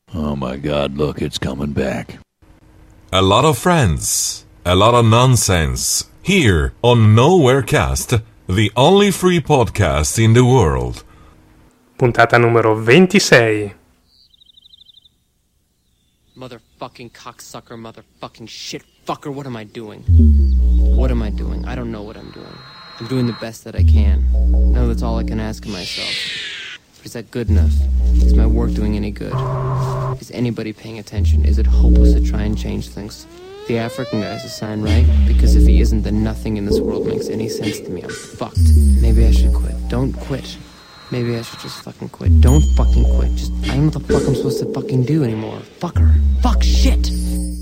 Oh my God, look, it's coming back. A lot of friends, a lot of nonsense. Here on Nowherecast, the only free podcast in the world. Puntata numero 26. Motherfucking cocksucker, motherfucking shit fucker, what am I doing? What am I doing? I don't know what I'm doing. I'm doing the best that I can. No, that's all I can ask of myself. But is that good enough? Is my work doing any good? Is anybody paying attention? Is it hopeless to try and change things? The African guy's a sign, right? Because if he isn't, then nothing in this world makes any sense to me. I'm fucked. Maybe I should quit. Don't quit. Maybe I should just fucking quit. Don't fucking quit. Just, I don't know what the fuck I'm supposed to fucking do anymore. Fucker. Fuck shit.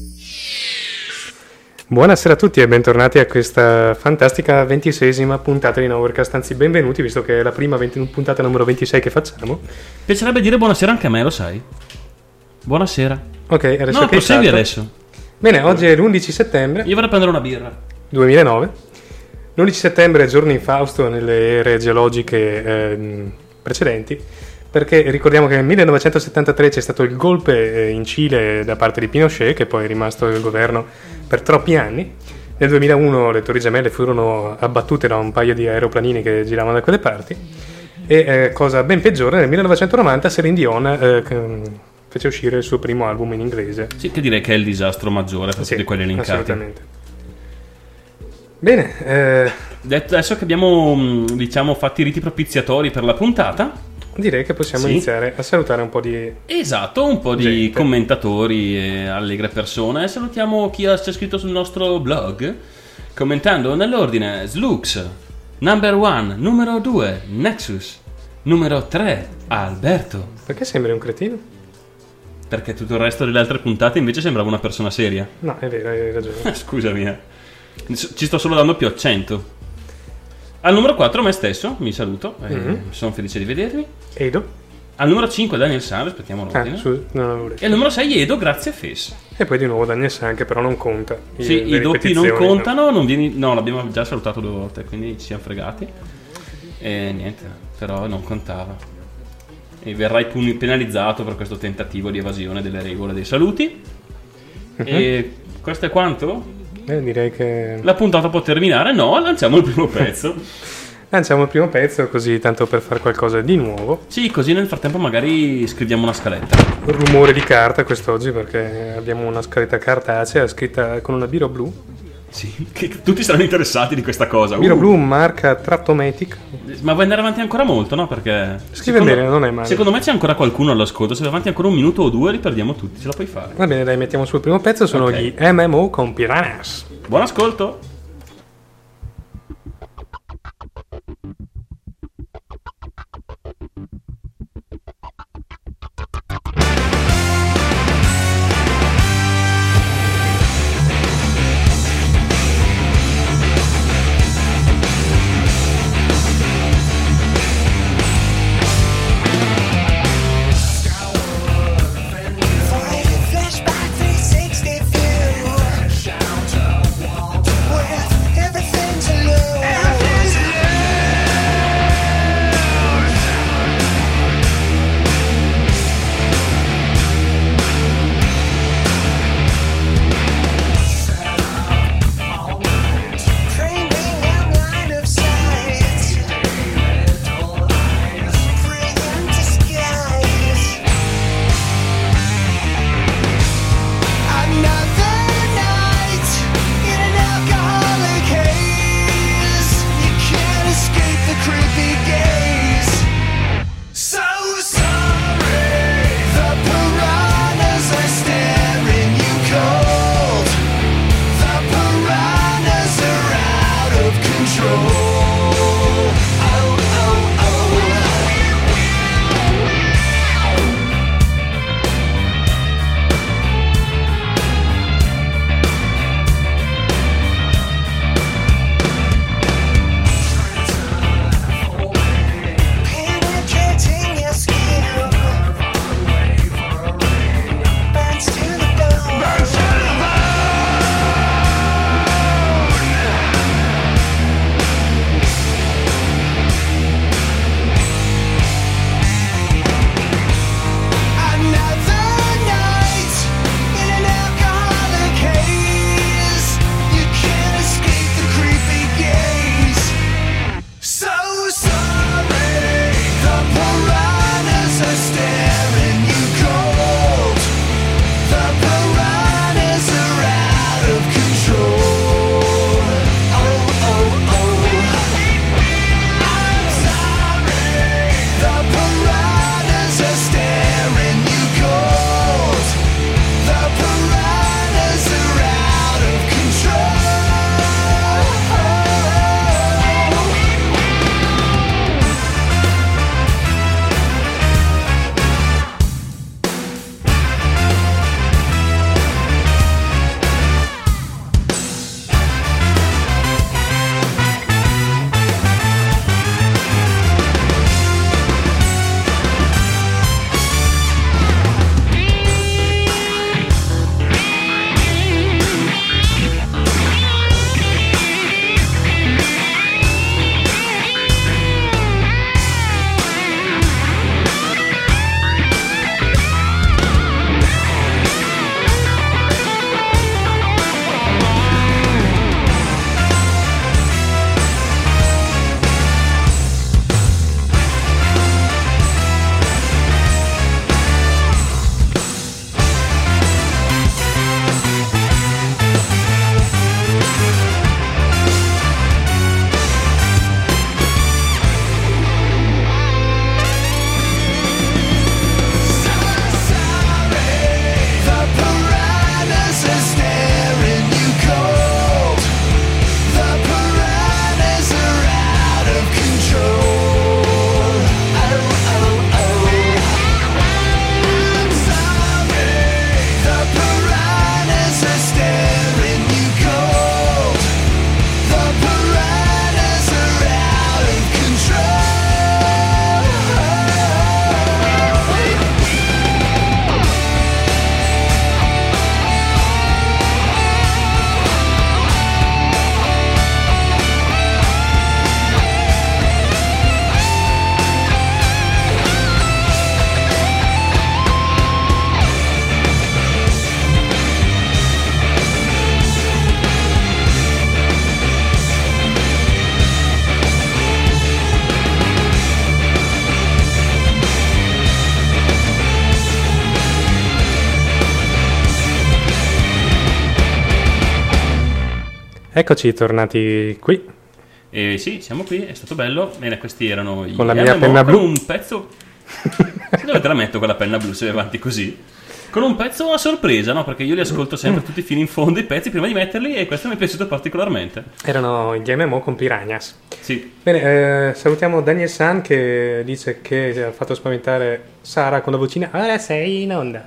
Buonasera a tutti e bentornati a questa fantastica 26esima puntata di Nowherecast. Anzi, benvenuti, visto che è la prima puntata numero 26 che facciamo. Piacerebbe dire buonasera anche a me, lo sai? Buonasera. Ok, adesso no, che prosegui adesso. Bene, oggi è l'11 settembre. Io vado a prendere una birra. 2009. L'11 settembre è giorno infausto nelle ere geologiche precedenti, perché ricordiamo che nel 1973 c'è stato il golpe in Cile da parte di Pinochet, che poi è rimasto al governo per troppi anni. Nel 2001 le Torri Gemelle furono abbattute da un paio di aeroplanini che giravano da quelle parti. E cosa ben peggiore, nel 1990 Céline Dion fece uscire il suo primo album in inglese. Sì, che direi che è il disastro maggiore tra tutti quelli elencati. Assolutamente. Bene, adesso che abbiamo, diciamo, fatti i riti propiziatori per la puntata, direi che possiamo iniziare a salutare un po' di... Esatto, un po' di gente, commentatori e allegre persone. Salutiamo chi c'è scritto sul nostro blog, commentando nell'ordine: Slux, number 1, numero 2, Nexus, numero 3, Alberto. Perché sembri un cretino? Perché tutto il resto delle altre puntate invece sembrava una persona seria. No, è vero, hai ragione. Scusami, ci sto solo dando più accento. Al numero 4 me stesso, mi saluto, sono felice di vedervi. Edo. Al numero 5 Daniel San, aspettiamo l'ordine. Non l'avevo detto. E al numero 6 Edo, grazie a Fes. E poi di nuovo Daniel San, che però non conta. Sì, i doppi non contano, no, l'abbiamo già salutato 2 volte, quindi ci siamo fregati. E niente, però non contava. E verrai penalizzato per questo tentativo di evasione delle regole dei saluti. E questo è quanto? Direi che la puntata può terminare. No, lanciamo il primo pezzo. Lanciamo il primo pezzo, così tanto per fare qualcosa di nuovo. Sì, così nel frattempo magari scriviamo una scaletta. Un rumore di carta quest'oggi, perché abbiamo una scaletta cartacea scritta con una biro blu. Sì, che tutti saranno interessati di questa cosa. Biro blu, marca Trattomatic. Ma vuoi andare avanti ancora molto, no? Perché scrive bene, non è male. Secondo me c'è ancora qualcuno all'ascolto. Se vai avanti ancora un minuto o 2 li perdiamo tutti, ce la puoi fare. Va bene, dai, mettiamo sul primo pezzo. Sono gli MMO con Piranhas. Buon ascolto. Flashback 360 view. Where Eccoci tornati qui. E sì, siamo qui, è stato bello. Bene, questi erano i Con la mia penna blu. un pezzo. Dove te la metto con la penna blu se vai avanti così? Con un pezzo a sorpresa, no? Perché io li ascolto sempre tutti fino in fondo i pezzi prima di metterli, e questo mi è piaciuto particolarmente. Erano gli MMO con Piranhas. Sì. Bene, salutiamo Daniel San che dice che ha fatto spaventare Sara con la vocina. Ora sei in onda.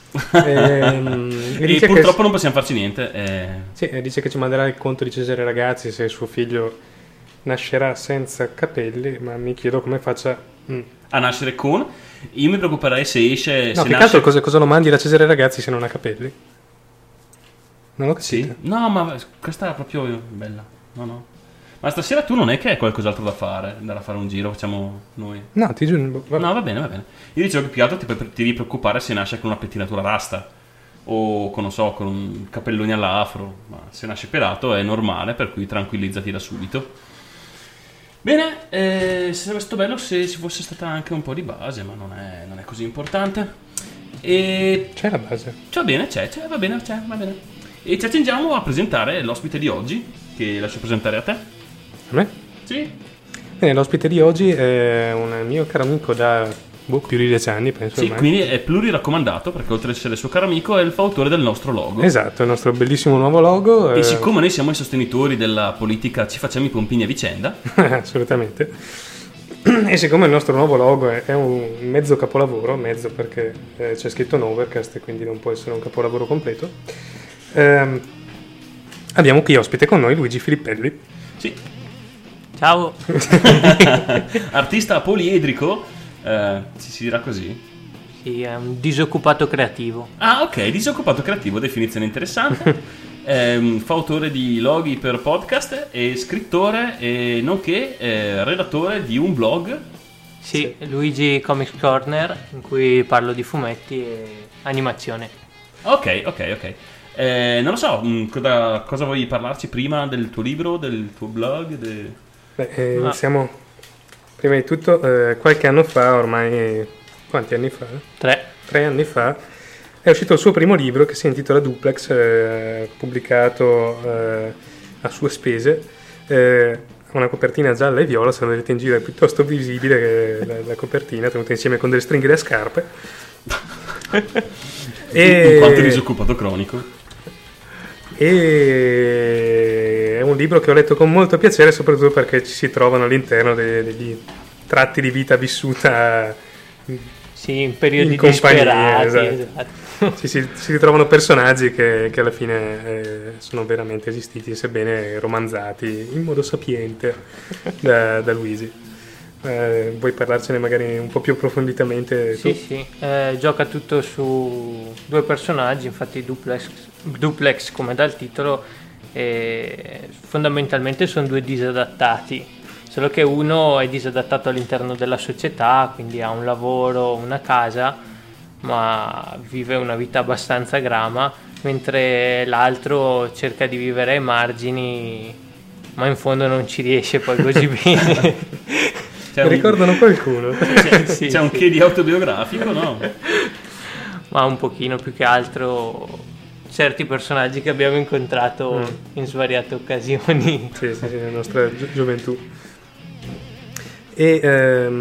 E dice purtroppo che, non possiamo farci niente. sì, dice che ci manderà il conto di Cesare Ragazzi se suo figlio nascerà senza capelli, ma mi chiedo come faccia A nascere con. Io mi preoccuperei se esce. no, se più che nasce... altro cosa lo mandi da Cesare Ragazzi se non ha capelli? Non l'ho capito. Sì? No, ma questa è proprio bella. No. Ma stasera tu non è che hai qualcos'altro da fare? Andare a fare un giro, facciamo noi. No, ti giuro. vabbè. No, va bene. Io dicevo che più che altro ti devi preoccupare se nasce con una pettinatura rasta. O con, non so, con un cappellone all'afro. Ma se nasce pelato è normale, per cui tranquillizzati da subito. Bene, sarebbe stato bello se ci fosse stata anche un po' di base, ma non è così importante. E C'è la base. va bene, va bene. E ci accingiamo a presentare l'ospite di oggi, che lascio presentare a te. A me? Sì. Bene, l'ospite di oggi è un mio caro amico da più di 10 anni, penso. Sì, ormai. quindi è pluriraccomandato, perché oltre ad essere il suo caro amico è il fautore del nostro logo. Esatto, il nostro bellissimo nuovo logo. E siccome noi siamo i sostenitori della politica, ci facciamo i pompini a vicenda. Assolutamente. E siccome il nostro nuovo logo è un mezzo capolavoro, mezzo perché c'è scritto Novercast e quindi non può essere un capolavoro completo, abbiamo qui ospite con noi Luigi Filippelli. Sì. Ciao. Artista poliedrico, si dirà così? Sì, è un disoccupato creativo. Ah, ok, disoccupato creativo, definizione interessante. Fa autore di loghi per podcast e scrittore, nonché redattore di un blog. Sì, Luigi Comics Corner, in cui parlo di fumetti e animazione. Ok. Non lo so, cosa vuoi parlarci prima del tuo libro, del tuo blog? Iniziamo prima di tutto, qualche anno fa, ormai quanti anni fa? 3 anni fa, è uscito il suo primo libro che si intitola Duplex, pubblicato a sue spese, una copertina gialla e viola, se la vedete in giro è piuttosto visibile che la copertina, tenuta insieme con delle stringhe da scarpe. In quanto disoccupato cronico. E è un libro che ho letto con molto piacere, soprattutto perché ci si trovano all'interno degli tratti di vita vissuta sì, in periodi in compagnia, disperati. esatto. si ritrovano personaggi che alla fine sono veramente esistiti, sebbene romanzati in modo sapiente da Luigi. Vuoi parlarcene magari un po' più approfonditamente tu? Sì. Gioca tutto su 2 personaggi, infatti Duplex come dal titolo, fondamentalmente sono 2 disadattati, solo che uno è disadattato all'interno della società, quindi ha un lavoro, una casa, ma vive una vita abbastanza grama, mentre l'altro cerca di vivere ai margini, ma in fondo non ci riesce poi così bene. Ricordano qualcuno? C'è un che di autobiografico, no? Ma un pochino, più che altro certi personaggi che abbiamo incontrato in svariate occasioni. Sì, nella nostra gioventù. E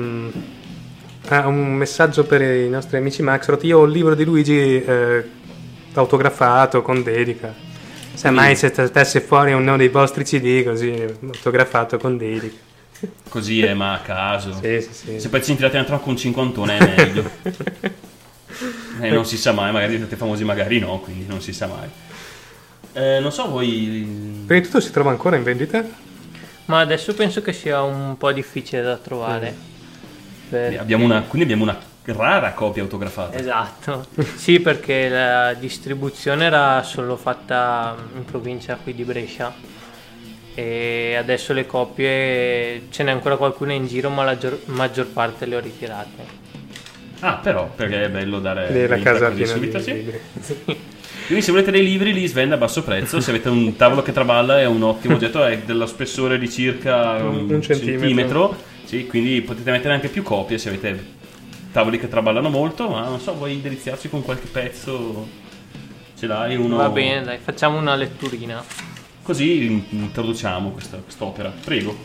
un messaggio per i nostri amici Maxrot. Io ho il libro di Luigi autografato con dedica. Se mai se stesse fuori uno dei vostri CD così autografato con dedica. Così è, ma a caso. Sì. Se poi ci infilate dentro con un 50 è meglio. Non si sa mai, magari siete famosi, magari no, quindi non si sa mai. Non so, voi... Prima di tutto si trova ancora in vendita? Ma adesso penso che sia un po' difficile da trovare. Quindi abbiamo una rara copia autografata. Esatto. Sì, perché la distribuzione era solo fatta in provincia qui di Brescia. E adesso le copie ce n'è ancora qualcuna in giro, ma la maggior parte le ho ritirate. Ah, però, perché è bello dare la casa piena subito, di sì. libri. Quindi se volete dei libri li svende a basso prezzo. Se avete un tavolo che traballa è un ottimo oggetto, è dello spessore di circa un centimetro. Sì, quindi potete mettere anche più copie se avete tavoli che traballano molto, ma non so, vuoi deliziarci con qualche pezzo? Ce l'hai uno? Va bene, dai, facciamo una letturina. Così introduciamo quest'opera. Prego.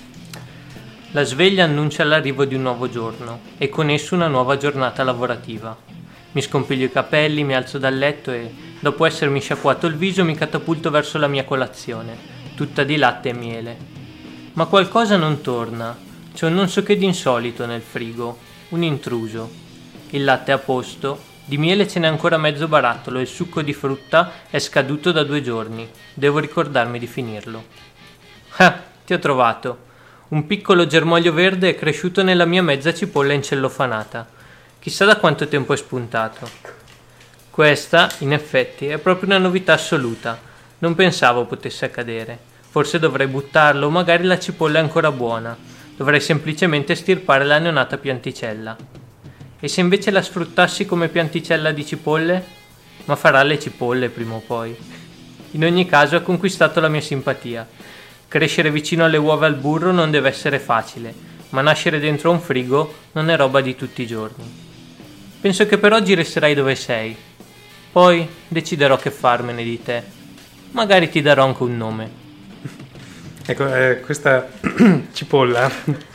La sveglia annuncia l'arrivo di un nuovo giorno e con esso una nuova giornata lavorativa. Mi scompiglio i capelli, mi alzo dal letto e, dopo essermi sciacquato il viso, mi catapulto verso la mia colazione, tutta di latte e miele. Ma qualcosa non torna. C'è un non so che di insolito nel frigo, un intruso. Il latte è a posto, di miele ce n'è ancora mezzo barattolo e il succo di frutta è scaduto da 2 giorni. Devo ricordarmi di finirlo. Ah, ti ho trovato. Un piccolo germoglio verde è cresciuto nella mia mezza cipolla incellofanata. Chissà da quanto tempo è spuntato. Questa, in effetti, è proprio una novità assoluta. Non pensavo potesse accadere. Forse dovrei buttarlo, o magari la cipolla è ancora buona. Dovrei semplicemente estirpare la neonata pianticella. E se invece la sfruttassi come pianticella di cipolle? Ma farà le cipolle prima o poi. In ogni caso ha conquistato la mia simpatia. Crescere vicino alle uova al burro non deve essere facile, ma nascere dentro un frigo non è roba di tutti i giorni. Penso che per oggi resterai dove sei. Poi deciderò che farmene di te. Magari ti darò anche un nome. Ecco, questa cipolla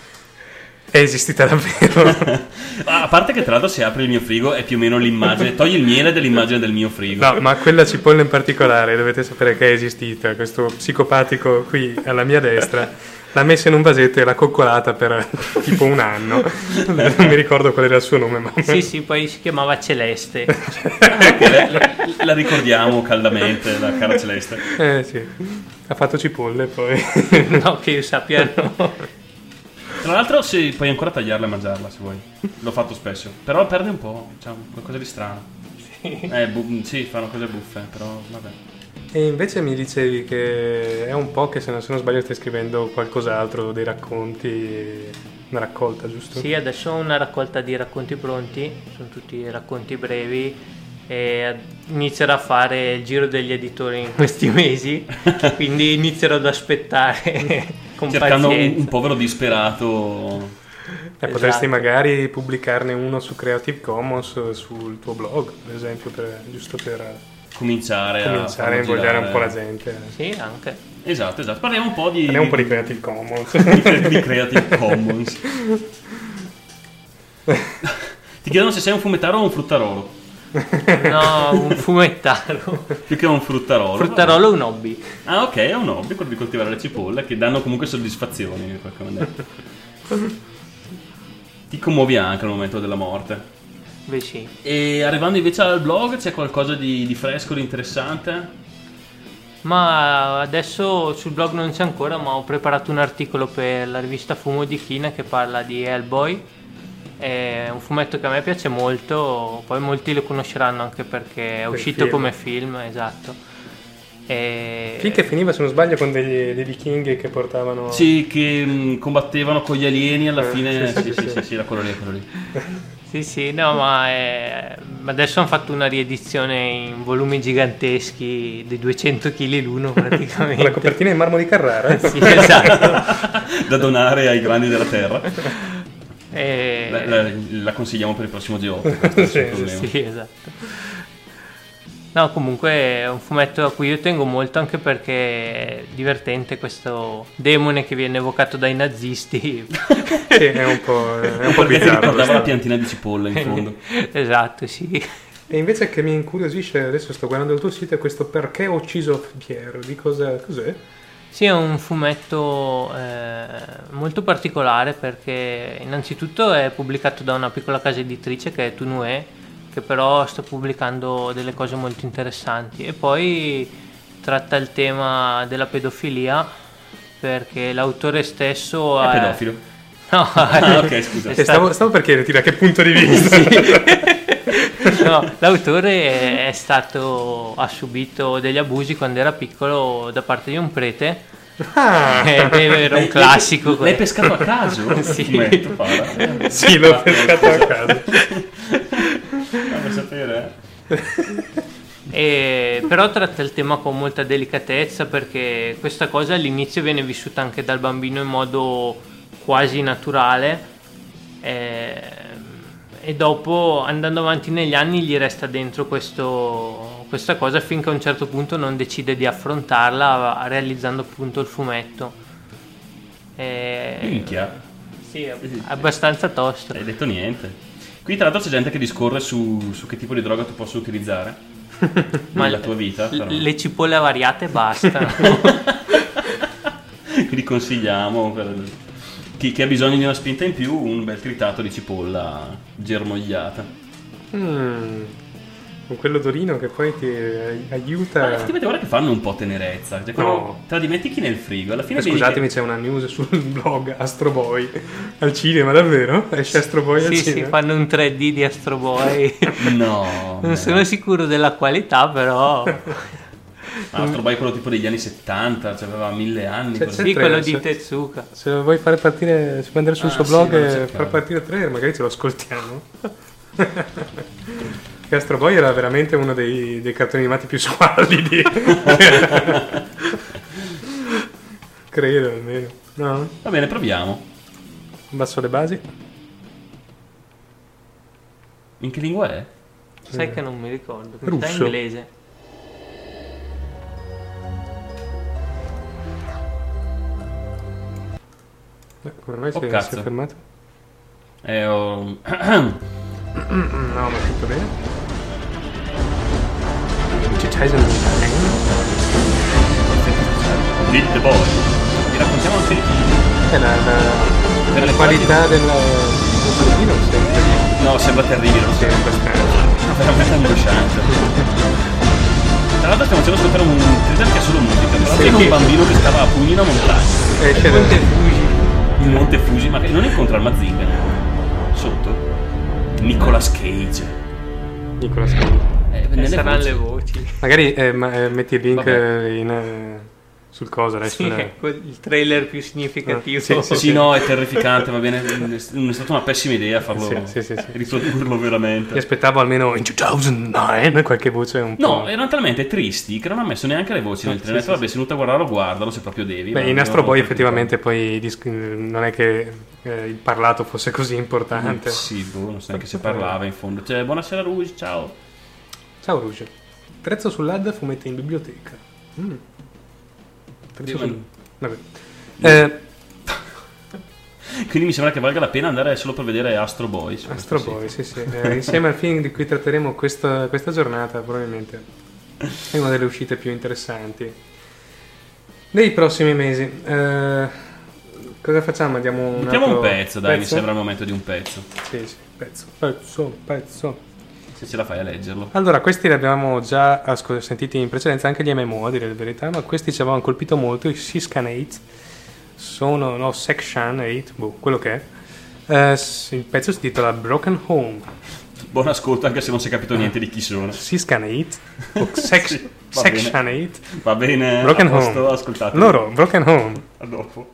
è esistita davvero. A parte che tra l'altro se apri il mio frigo è più o meno l'immagine, togli il miele dell'immagine del mio frigo. No, ma quella cipolla in particolare dovete sapere che è esistita. Questo psicopatico qui alla mia destra l'ha messa in un vasetto e l'ha coccolata per tipo un anno. Non mi ricordo qual era il suo nome, ma... Sì, poi si chiamava Celeste. La ricordiamo caldamente, la cara Celeste. Sì, ha fatto cipolle poi. No, che io sappia no. Tra l'altro puoi ancora tagliarla e mangiarla se vuoi. L'ho fatto spesso. Però perde un po', diciamo, qualcosa di strano. Sì, fanno cose buffe, però vabbè. E invece mi dicevi che è un po' che se non sbaglio stai scrivendo qualcos'altro, dei racconti, una raccolta, giusto? Sì, adesso ho una raccolta di racconti pronti, sono tutti racconti brevi e inizierò a fare il giro degli editori in questi mesi, quindi inizierò ad aspettare con cercando pazienza. un povero disperato. Potresti Esatto. magari pubblicarne uno su Creative Commons sul tuo blog, per esempio, giusto per Cominciare a invogliare un po' la gente. Sì, anche. Esatto. Parliamo un po' di Creative Commons. di Creative Commons. Ti chiedono se sei un fumettaro o un fruttarolo. No, un fumettaro. Più che un fruttarolo. Fruttarolo è un hobby. Ah, ok, è un hobby, quello di coltivare le cipolle, che danno comunque soddisfazioni in qualche maniera. Ti commuovi anche al momento della morte. Beh sì. E arrivando invece al blog, c'è qualcosa di fresco, di interessante? Ma adesso sul blog non c'è ancora, ma ho preparato un articolo per la rivista Fumo di China che parla di Hellboy. È un fumetto che a me piace molto, poi molti lo conosceranno anche perché è uscito film. come film, esatto. Film che finiva, se non sbaglio, con dei vichinghi che portavano... Sì, che combattevano con gli alieni alla fine. Sì, quello lì. Sì, no, ma adesso hanno fatto una riedizione in volumi giganteschi di 200 kg l'uno praticamente. Con la copertina in marmo di Carrara. Sì, esatto. Da donare ai grandi della terra. La consigliamo per il prossimo G8. Sì, esatto. No, comunque è un fumetto a cui io tengo molto, anche perché è divertente questo demone che viene evocato dai nazisti. Sì, è un po' bizzarro. Ricordava la piantina di cipolla in fondo. Esatto, sì. E invece che mi incuriosisce, adesso sto guardando il tuo sito, è questo Perché ho ucciso Pierre, di cos'è? Sì, è un fumetto molto particolare perché innanzitutto è pubblicato da una piccola casa editrice che è Tunue, che però sta pubblicando delle cose molto interessanti, e poi tratta il tema della pedofilia perché l'autore stesso è pedofilo. No, ok, scusa. Stavo per chiederti da che punto di vista. No, l'autore ha subito degli abusi quando era piccolo da parte di un prete. Era un classico. L'hai pescato a caso? Sì. Sì, l'ho pescato a caso. Fammi sapere. Però tratta il tema con molta delicatezza, perché questa cosa all'inizio viene vissuta anche dal bambino in modo quasi naturale, e dopo, andando avanti negli anni, gli resta dentro questo questa cosa finché a un certo punto non decide di affrontarla realizzando appunto il fumetto. Minchia. Sì, è abbastanza tosto. Hai detto niente. Qui tra l'altro c'è gente che discorre su che tipo di droga tu possa utilizzare nella tua vita. Però. Le cipolle avariate bastano. Quindi consigliamo per chi ha bisogno di una spinta in più un bel tritato di cipolla germogliata. Con quell'odorino che poi ti aiuta. Ma effettivamente guarda che fanno un po' tenerezza. Cioè, No. te la dimentichi nel frigo. Alla fine Scusatemi, c'è una news sul blog Astro Boy al cinema, davvero? Esce Astro Boy al Sì, cinema? sì, fanno un 3D di Astro Boy. No. Non sono sicuro della qualità, però. Astro Boy è quello tipo degli anni 70, cioè aveva 1000 anni. C'è- così. c'è- Sì, quello se- di Tezuka. Se vuoi fare partire, se puoi andare sul suo sì, blog devo e cercare. far partire il trailer, magari ce lo ascoltiamo. Che Astro Boy era veramente uno dei cartoni animati più squallidi. Credo almeno. No? Va bene, proviamo. Basso le basi. In che lingua è? Sai che non mi ricordo. In Russo. inglese. Come mai Oh, si è cazzo. fermato? No, No, ma tutto bene. Digitizen Little Boy. Ti raccontiamo anche di è la Per le qualità del film sempre No, sembra terribile, non sempre strano. veramente angosciante. Tra l'altro stiamo facendo ascoltare un trailer che è solo musica, però Sì. c'era un bambino che stava a pugni in una montagna. C'è Monte Fuji. Il Monte Fuji, ma che non incontra il Mazinga sotto. Nicolas Cage. Nicolas Cage. Nelle Saranno voci. le voci. Magari metti il link Vabbè. sul coso adesso. Sì, ecco il trailer più significativo. Sì, sì, Sì, no, è terrificante, va bene. Non è stata una pessima idea farlo. Sì. Riprodurlo Mi veramente. aspettavo almeno in 2009 qualche voce un po'. No, erano talmente tristi che non ha messo neanche le voci nel trailer. Vabbè, sei venuto a guardarlo, guardalo se proprio devi. Beh, ma in io Astro Boy non- effettivamente poi non è che il parlato fosse così importante. Sì, non so neanche se parlava in fondo. Cioè, buonasera Rouge, ciao. Ciao Rouge. Prezzo sull'ad, fumetti in biblioteca. Prezzo Dio, Vabbè. Quindi mi sembra che valga la pena andare solo per vedere Astro Boy. su Astro questo Boy, sito. sì. Insieme al film di cui tratteremo questa giornata, probabilmente è una delle uscite più interessanti nei prossimi mesi. Cosa facciamo? Andiamo un Mettiamo altro un pezzo, dai, mi sembra il momento di un pezzo. Sì, pezzo. Se ce la fai a leggerlo. Allora, questi li abbiamo già sentiti in precedenza, anche gli MMO a dire la verità, ma questi ci avevano colpito molto, i Siscan 8, Section 8, quello che è. Il pezzo si intitola Broken Home. Buon ascolto, anche se non si è capito niente di chi sono. Siscan 8 o Sì, va bene. Section 8. Va bene, Broken a posto, Home. ascoltate. Loro, Broken Home. A dopo.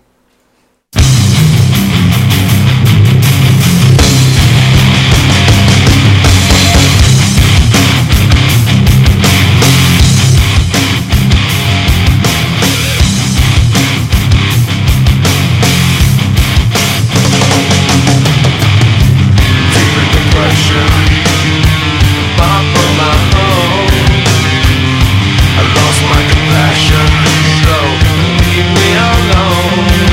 I lost my compassion, so leave me alone.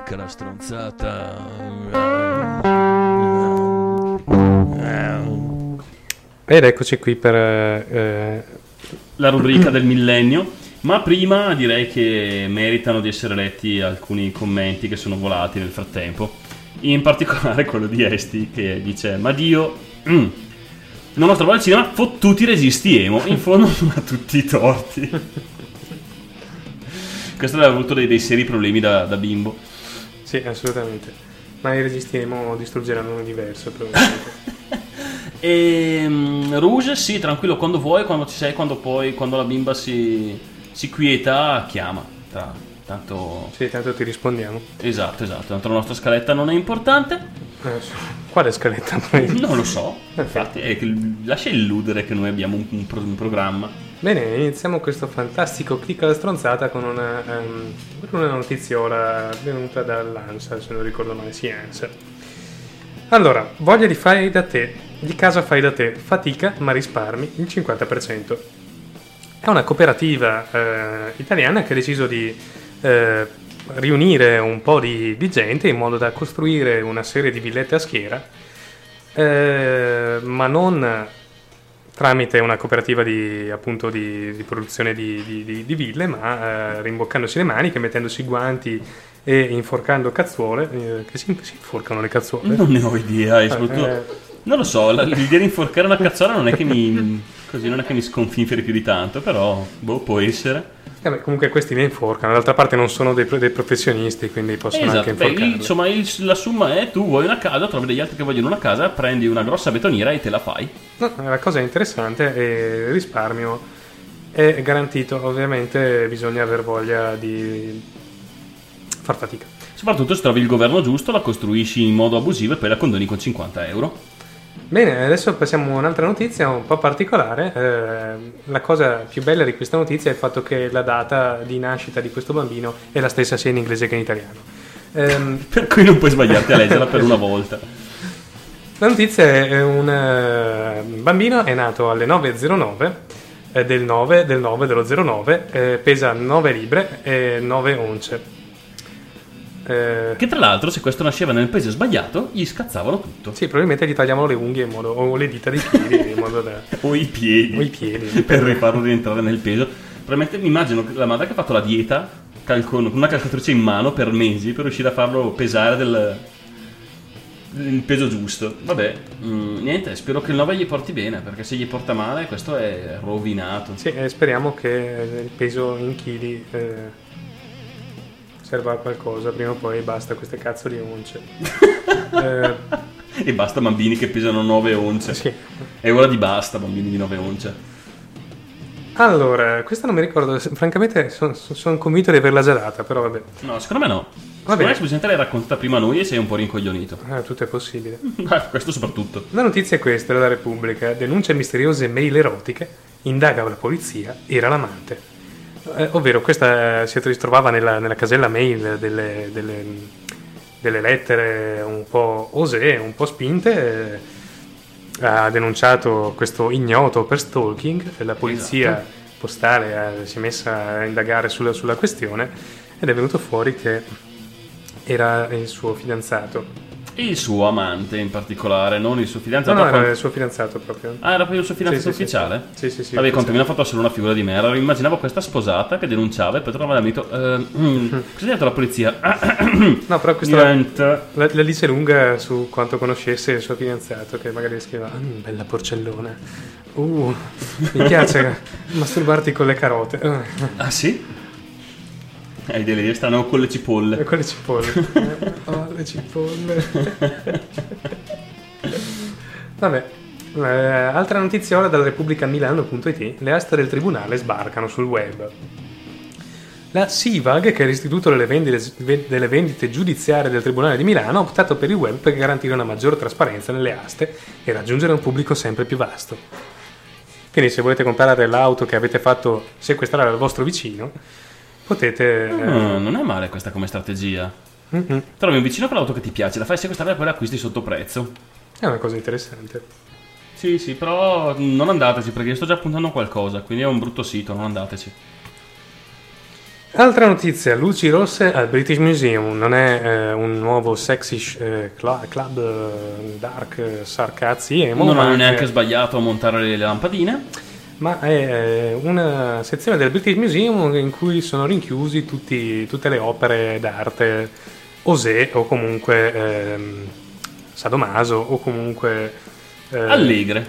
clicca la stronzata. Ed eccoci qui per la rubrica del millennio. Ma prima direi che meritano di essere letti alcuni commenti che sono volati nel frattempo. In particolare quello di Esti che dice: ma Dio, non ho trovato al cinema fottuti registi emo. In fondo non ha tutti i torti. Questo aveva avuto dei seri problemi da bimbo. Sì, assolutamente. Ma i registi emo distruggeranno un universo probabilmente. E Rouge, sì, tranquillo, quando vuoi, quando ci sei, quando poi, quando la bimba si quieta, chiama. Tanto... Sì, tanto ti rispondiamo. Esatto, tanto la nostra scaletta non è importante. Quale scaletta? Non lo so, infatti lascia illudere che noi abbiamo un programma. Bene, iniziamo questo fantastico Clicca la stronzata con una notiziola venuta dall'ANSA, se non ricordo male, sì, ANSA. Allora, voglia di fai da te, di casa fai da te, fatica ma risparmi il 50%. È una cooperativa italiana che ha deciso di riunire un po' di gente in modo da costruire una serie di villette a schiera, ma non tramite una cooperativa di produzione di ville, ma rimboccandosi le maniche, mettendosi guanti e inforcando cazzuole, che si inforcano le cazzuole. Non ne ho idea, e soprattutto non lo so, l'idea di inforcare una cazzola non è che mi sconfinferi più di tanto, però può essere. Comunque questi ne inforcano, d'altra parte non sono dei professionisti, quindi possono anche inforcarli. Insomma, la somma è: tu vuoi una casa, trovi degli altri che vogliono una casa, prendi una grossa betoniera e te la fai. No, la cosa è interessante e il risparmio è garantito. Ovviamente bisogna aver voglia di far fatica. Soprattutto se trovi il governo giusto, la costruisci in modo abusivo e poi la condoni con 50 euro. Bene, adesso passiamo a un'altra notizia un po' particolare. La cosa più bella di questa notizia è il fatto che la data di nascita di questo bambino è la stessa sia in inglese che in italiano. Per cui non puoi sbagliarti a leggerla per una volta. La notizia è un bambino è nato alle 9.09 del 9 dello 09, pesa 9 libbre e 9 once. Che tra l'altro, se questo nasceva nel paese sbagliato, gli scazzavano tutto. Sì, probabilmente gli tagliavano le unghie o le dita dei piedi in modo da... o i piedi per rifarlo rientrare nel peso. Probabilmente mi immagino la madre che ha fatto la dieta con una calcolatrice in mano per mesi per riuscire a farlo pesare il peso giusto. Vabbè, niente, spero che il 9 gli porti bene, perché se gli porta male questo è rovinato. Sì, speriamo che il peso in chili serva a qualcosa, prima o poi basta queste cazzo di once. E basta bambini che pesano 9 once. Sì. È ora di basta bambini di 9 once. Allora, questa non mi ricordo, francamente sono convinto di averla già data, però vabbè. No, secondo me no. Vabbè. Secondo me semplicemente l'hai raccontata prima noi e sei un po' rincoglionito. Tutto è possibile. Questo soprattutto. La notizia è questa, della Repubblica: denuncia misteriose mail erotiche, indaga la polizia, era l'amante. Ovvero questa si ritrovava nella casella mail delle lettere un po' osè, un po' spinte. Ha denunciato questo ignoto per stalking. La polizia postale si è messa a indagare sulla questione ed è venuto fuori che era il suo fidanzato. Il suo amante in particolare, non il suo fidanzato. No, era il suo fidanzato proprio. Ah, era proprio il suo fidanzato ufficiale? Sì. Vabbè, quantomeno ha fatto solo una figura di merda. Immaginavo questa sposata che denunciava e poi trovava l'amico. Cosa ha detto la polizia? No, però questa la dice lunga su quanto conoscesse il suo fidanzato, che magari scriveva: bella porcellona. Mi piace masturbarti con le carote. Ah, sì? I delirio stanno con le cipolle. Con le cipolle. Le cipolle. Vabbè. Altra notiziola dalla Repubblica Milano.it: le aste del tribunale sbarcano sul web. La SIVAG, che è l'Istituto delle Vendite Giudiziarie del Tribunale di Milano, ha optato per il web per garantire una maggiore trasparenza nelle aste e raggiungere un pubblico sempre più vasto. Quindi se volete comprare l'auto che avete fatto sequestrare al vostro vicino, potete... non è male questa come strategia. Trovi un vicino con l'auto che ti piace, la fai sequestrare e poi l'acquisti sotto prezzo. È una cosa interessante. Sì, però non andateci, perché io sto già puntando a qualcosa, quindi è un brutto sito, non andateci. Altra notizia, luci rosse al British Museum. Non è un nuovo sexy club dark sarcazzi emo, Non ma hanno anche- neanche sbagliato a montare le lampadine. ma è una sezione del British Museum in cui sono rinchiusi tutte le opere d'arte osè o comunque sadomaso o comunque Allegre.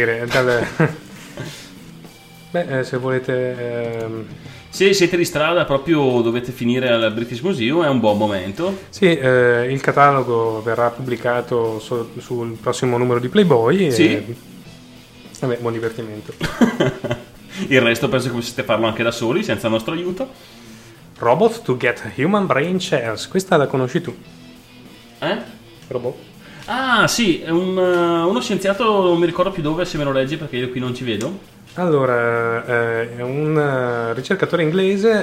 Beh, se volete Se siete di strada proprio dovete finire al British Museum, è un buon momento. sì, il catalogo verrà pubblicato sul prossimo numero di Playboy. Sì. E, vabbè, buon divertimento. Il resto penso che possiate farlo anche da soli, senza il nostro aiuto. Robot to get human brain cells. Questa la conosci tu? Robot? Ah, sì, è uno scienziato, non mi ricordo più dove, se me lo leggi perché io qui non ci vedo. Allora, è un ricercatore inglese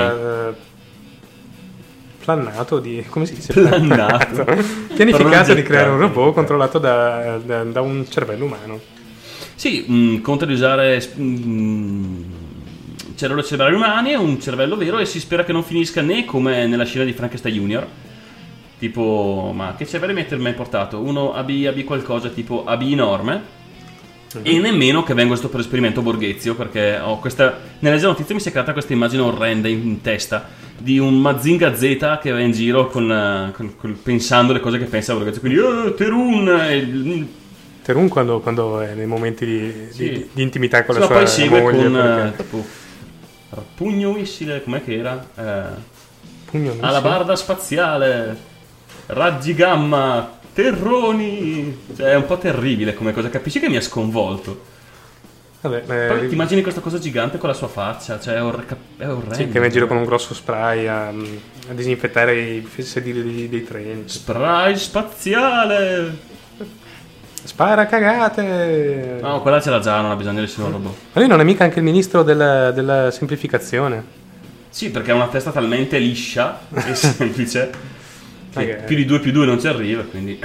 plannato di... come si dice? Plannato. Pianificato di creare un robot Progettato. controllato da un cervello umano. Sì, conta di usare cervelli umani e un cervello vero, e si spera che non finisca né come nella scena di Frankenstein Junior, tipo, ma che cervelli mi hai portato? Uno AB qualcosa, tipo AB enorme, e nemmeno che venga questo per esperimento Borghezio, perché ho questa, nella notizia mi si è creata questa immagine orrenda in testa di un Mazinga Z che va in giro pensando le cose che pensa Borghezio, quindi Terun Terun quando è nei momenti di intimità con la ma sua poi segue moglie, con perché- tipo pugno missile, com'è che era? Pugno missile. Alabarda spaziale, raggi gamma, terroni, cioè è un po' terribile come cosa, capisci che mi ha sconvolto. Vabbè, Poi ti immagini questa cosa gigante con la sua faccia, cioè è orrendo. sì, che va in giro con un grosso spray a disinfettare i sedili dei treni. Spray spaziale. Spara cagate! No, quella ce l'ha già, non ha bisogno di nessun robot. Ma lui non è mica anche il ministro della semplificazione? Sì, perché ha una testa talmente liscia e semplice che Ok. più di 2 più 2 non ci arriva, quindi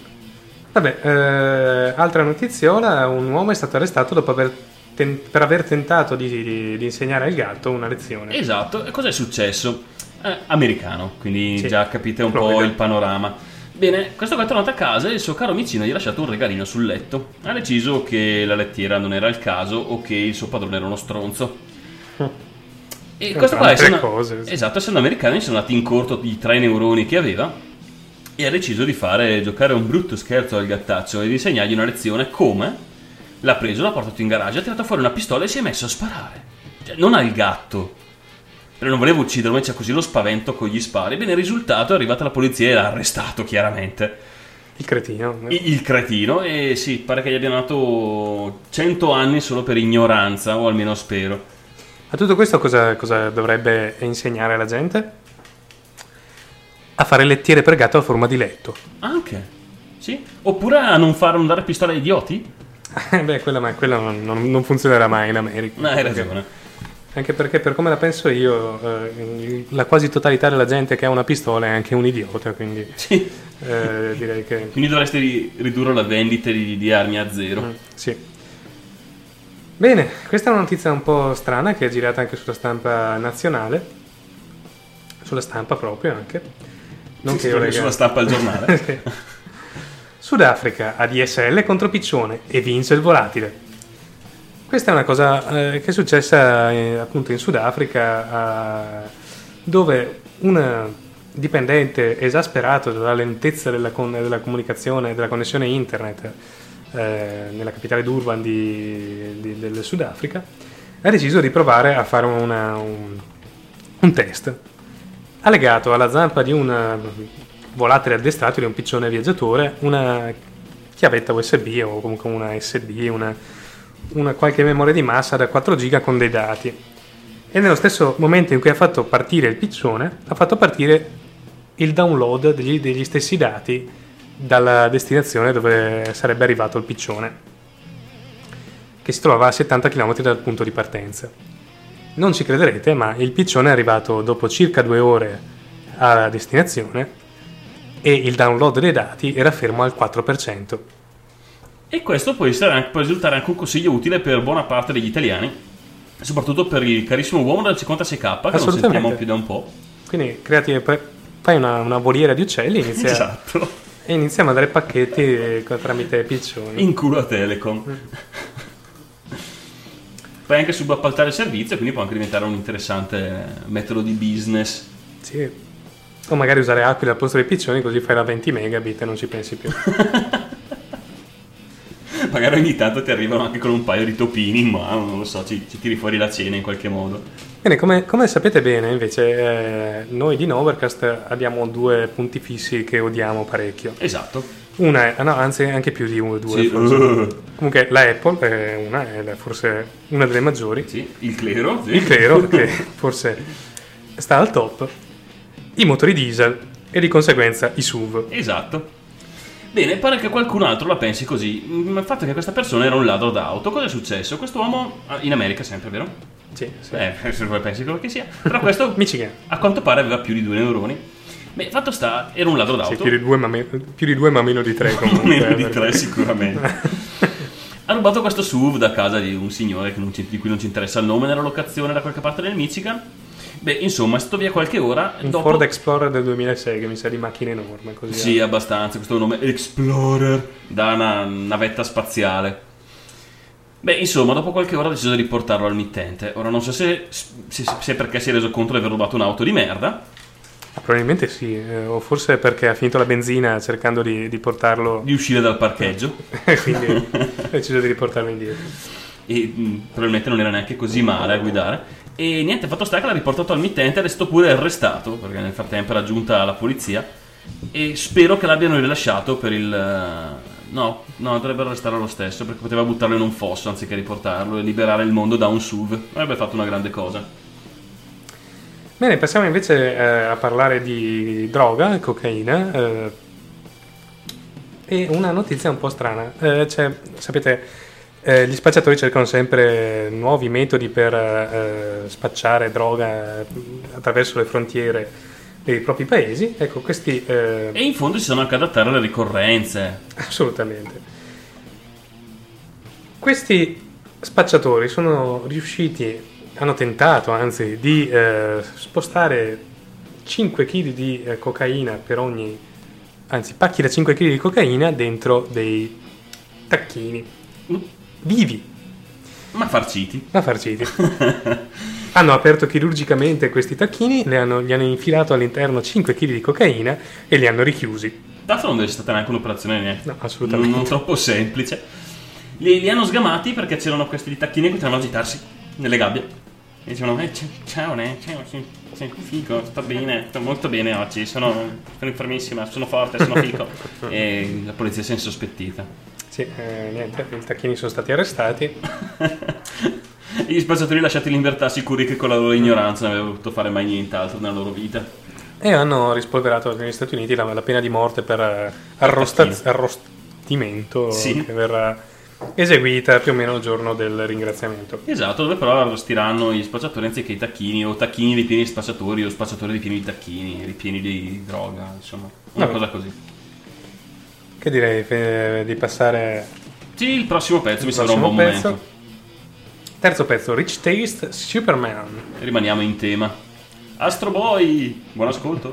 Vabbè, altra notiziola, un uomo è stato arrestato dopo per aver tentato di insegnare al gatto una lezione. esatto. E cos'è successo? Americano, quindi Sì. già capite un po' Florida. il panorama. Bene, questo qua è tornato a casa e il suo caro omicino gli ha lasciato un regalino sul letto. Ha deciso che la lettiera non era il caso o che il suo padrone era uno stronzo. E questo qua, Altre essendo, cose, sì. esatto, essendo americani, sono andati in corto di 3 neuroni che aveva e ha deciso di giocare un brutto scherzo al gattaccio e di insegnargli una lezione. Come? L'ha preso, l'ha portato in garage, ha tirato fuori una pistola e si è messo a sparare. Cioè, non al gatto. Però non voleva ucciderlo, ma c'è così lo spavento con gli spari. Bene, il risultato è arrivata la polizia e l'ha arrestato, chiaramente. Il cretino. Il cretino, e sì, pare che gli abbiano dato 100 anni solo per ignoranza, o almeno spero. A tutto questo cosa dovrebbe insegnare alla gente? A fare lettiere per gatto a forma di letto. Anche, sì. Oppure a non dare pistole ai idioti? Beh, quella non funzionerà mai in America. No, hai ragione. Anche perché, per come la penso io, la quasi totalità della gente che ha una pistola è anche un idiota, quindi Sì. direi che... Quindi dovresti ridurre la vendita di armi a zero. Sì. Bene, questa è una notizia un po' strana che è girata anche sulla stampa nazionale, sulla stampa proprio anche. Non Sì, che io proprio sulla stampa al giornale. Sì. Sudafrica ADSL contro piccione e vince il volatile. Questa è una cosa che è successa appunto in Sudafrica, dove un dipendente esasperato dalla lentezza della comunicazione, della connessione internet nella capitale Durban del Sudafrica, ha deciso di provare a fare un test. Ha legato alla zampa di un volatile addestrato, di un piccione viaggiatore, una chiavetta USB o comunque una SD, una qualche memoria di massa da 4 giga con dei dati, e nello stesso momento in cui ha fatto partire il piccione ha fatto partire il download degli stessi dati dalla destinazione dove sarebbe arrivato il piccione, che si trovava a 70 km dal punto di partenza. Non ci crederete, ma il piccione è arrivato dopo circa 2 ore alla destinazione e il download dei dati era fermo al 4%. E questo può risultare anche un consiglio utile per buona parte degli italiani. soprattutto per il carissimo uomo del 56K che non sentiamo più da un po'. Quindi fai una voliera di uccelli, Esatto. E inizia a mandare pacchetti tramite piccioni. In culo a Telecom. Puoi anche subappaltare il servizio, quindi può anche diventare un interessante metodo di business. Sì. O magari usare Aquila al posto dei piccioni, così fai la 20 megabit e non ci pensi più. Magari ogni tanto ti arrivano anche con un paio di topini in mano, non lo so, ci tiri fuori la cena in qualche modo. Bene, come sapete bene, invece, noi di Nowherecast abbiamo 2 punti fissi che odiamo parecchio. Esatto. Una è, no, anzi anche più di 2. Sì. Comunque la Apple è forse una delle maggiori. Sì, il clero. Sì. Il clero, che forse sta al top. I motori diesel e di conseguenza i SUV. Esatto. Bene, pare che qualcun altro la pensi così. Il fatto che questa persona era un ladro d'auto. Cosa è successo? Questo uomo, in America sempre, vero? Sì. Se pensi quello che sia. Però questo Michigan. A quanto pare aveva più di 2 neuroni. Beh, fatto sta, era un ladro d'auto. Sì, più di 2 ma meno di 3 comunque. Meno di 3 sicuramente. Ha rubato questo SUV da casa di un signore di cui non ci interessa il nome nella locazione da qualche parte del Michigan. Beh, insomma, è stato via qualche ora. Un Ford Explorer del 2006 che mi sa di macchina enorme. Così sì, abbastanza. Questo è un nome Explorer da una navetta spaziale. Beh, insomma, dopo qualche ora ha deciso di riportarlo al mittente. Ora non so se perché si è reso conto di aver rubato un'auto di merda. Probabilmente sì, o forse perché ha finito la benzina cercando di portarlo... Di uscire dal parcheggio. Quindi ha deciso di riportarlo indietro. E probabilmente non era neanche così male a guidare. E niente, fatto sta che l'ha riportato al mittente ed è stato pure arrestato, perché nel frattempo era giunta la polizia. E spero che l'abbiano rilasciato per il... No, dovrebbero arrestarlo lo stesso, perché poteva buttarlo in un fosso anziché riportarlo e liberare il mondo da un SUV. Avrebbe fatto una grande cosa. Bene, passiamo invece a parlare di droga, cocaina, e una notizia un po' strana. Sapete, gli spacciatori cercano sempre nuovi metodi per spacciare droga attraverso le frontiere dei propri paesi. Ecco, questi... E in fondo si sono anche adattare alle ricorrenze. Assolutamente. Questi spacciatori sono riusciti... hanno tentato anzi di spostare 5 kg di cocaina per ogni, anzi pacchi da 5 kg di cocaina dentro dei tacchini vivi ma farciti. Hanno aperto chirurgicamente questi tacchini, gli hanno infilato all'interno 5 kg di cocaina e li hanno richiusi. Tanto non deve essere stata neanche un'operazione no, assolutamente non troppo semplice. Li hanno sgamati perché c'erano questi tacchini che continuavano a agitarsi nelle gabbie. E dicevano, ciao, sei figo, sto bene, sto molto bene oggi, sono infermissima, sono forte, sono figo. E la polizia si è insospettita. Sì, niente, i tacchini sono stati arrestati. Gli spacciatori lasciati in libertà, sicuri che con la loro ignoranza non avrebbero potuto fare mai nient'altro nella loro vita. E hanno rispolverato negli Stati Uniti la pena di morte per arrostimento, sì, che verrà eseguita più o meno il giorno del ringraziamento. Esatto, dove però arrestiranno gli spacciatori anziché i tacchini, o tacchini ripieni di spacciatori, o spacciatori ripieni di tacchini, ripieni di droga, insomma, una cosa così. Che direi di passare... Sì, il prossimo pezzo mi sembra un buon momento. Terzo pezzo, Rich Taste, Superman. Rimaniamo in tema. Astro Boy, buon ascolto.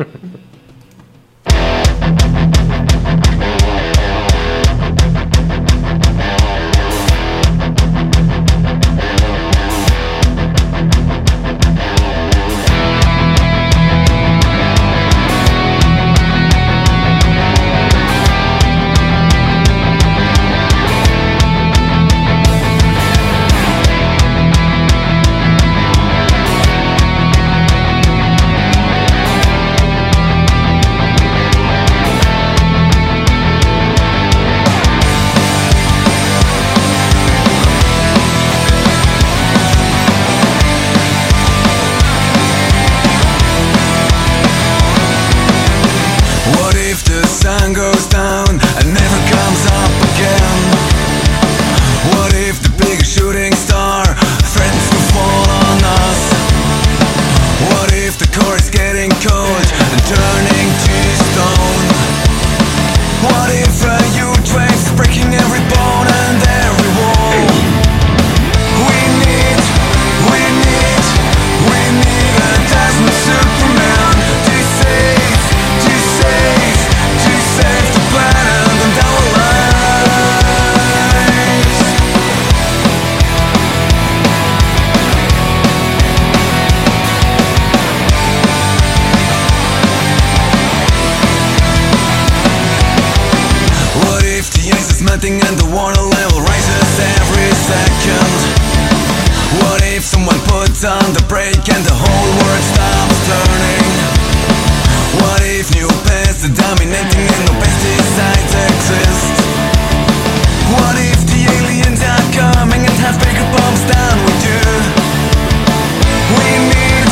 fighting and the water level rises every second. What if someone puts on the brake and the whole world stops turning? What if new pests are dominating and no pesticides exist? What if the aliens are coming and have bigger bombs down with you? We need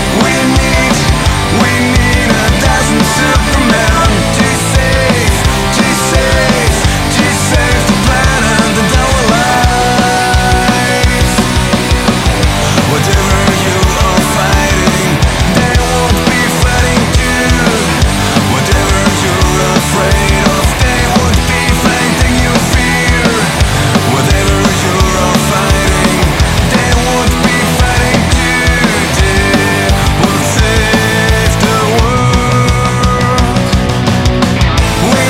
a dozen Superman to save the planet and our lives. Whatever you are fighting, they won't be fighting too. Whatever you're afraid of, they won't be fighting you fear. Whatever you're fighting, they won't be fighting too. They will save the world. We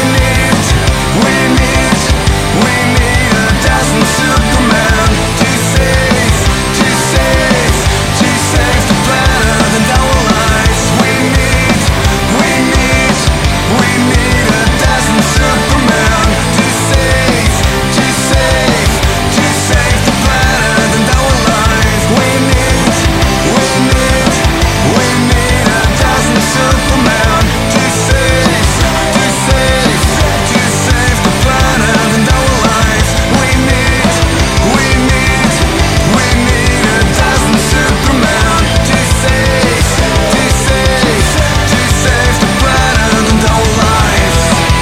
need a dozen Superman to save the planet and our lives. We need a dozen Superman to save the planet and our lives. We need a dozen Superman to save the planet and our lives. We need a dozen Superman to save the planet and our lives.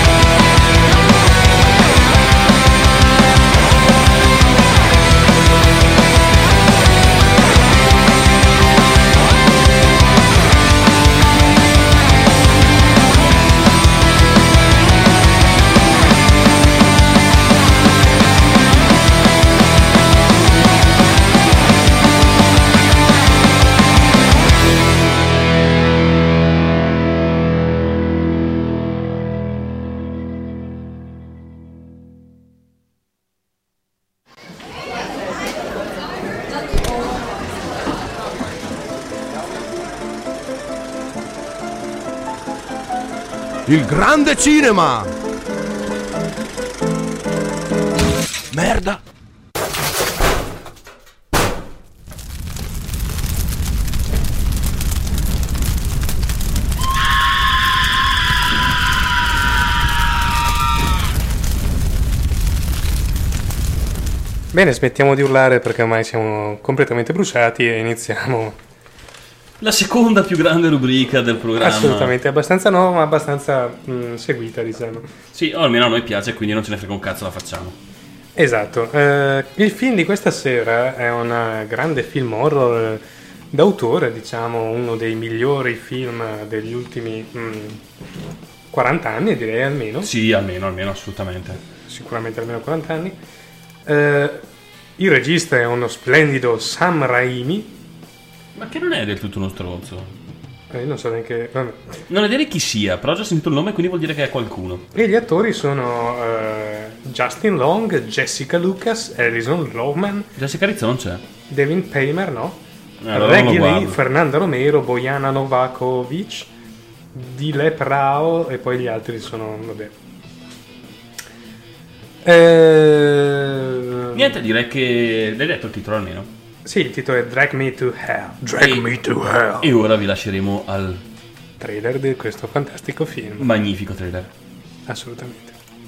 Il grande cinema! Merda! Bene, smettiamo di urlare perché ormai siamo completamente bruciati e iniziamo. La seconda più grande rubrica del programma. Assolutamente, abbastanza nuova ma abbastanza seguita, diciamo. Sì, o almeno a noi piace, quindi non ce ne frega un cazzo, la facciamo. Esatto, il film di questa sera è un grande film horror d'autore, diciamo uno dei migliori film degli ultimi 40 anni, direi almeno. Sì, almeno, assolutamente. Sicuramente almeno 40 anni. Il regista è uno splendido Sam Raimi. Ma che non è del tutto uno stronzo. Io non so neanche. Vabbè. Non è dire chi sia, però ho già sentito il nome, quindi vuol dire che è qualcuno. E gli attori sono Justin Long, Jessica Lucas, Alison Lohman. Jessica Rizzo non c'è. Devin Paymer, no? Allora Reggie Lee, Fernanda Romero, Bojana Novakovic, Dilep Rao e poi gli altri sono. Vabbè. Niente, direi che. L'hai detto il titolo almeno? Sì, il titolo è Drag Me to Hell. Drag Me to Hell. E ora vi lasceremo al trailer di questo fantastico film. Magnifico trailer. Assolutamente.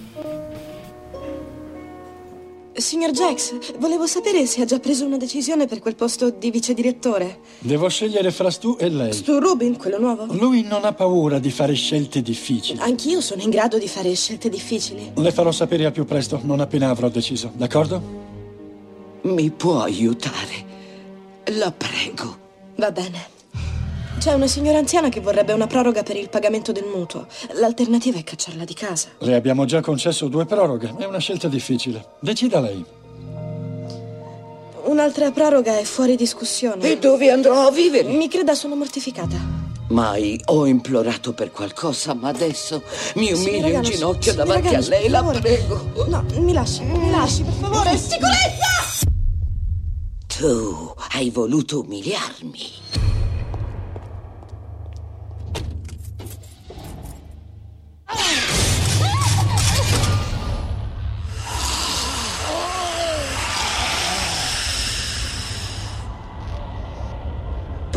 Signor Jax, volevo sapere se ha già preso una decisione per quel posto di vice direttore. Devo scegliere fra Stu e lei. Stu Rubin, quello nuovo? Lui non ha paura di fare scelte difficili. Anch'io sono in grado di fare scelte difficili. Le farò sapere al più presto, non appena avrò deciso, d'accordo? Mi può aiutare? La prego. Va bene. C'è una signora anziana che vorrebbe una proroga per il pagamento del mutuo. L'alternativa è cacciarla di casa. Le abbiamo già concesso 2 proroghe. È una scelta difficile. Decida lei. Un'altra proroga è fuori discussione. E dove andrò a vivere? Mi creda, sono mortificata. Mai ho implorato per qualcosa, ma adesso mi umilio in ginocchio davanti a lei, la prego. No, mi lasci, per favore. Sicurezza! Tu hai voluto umiliarmi.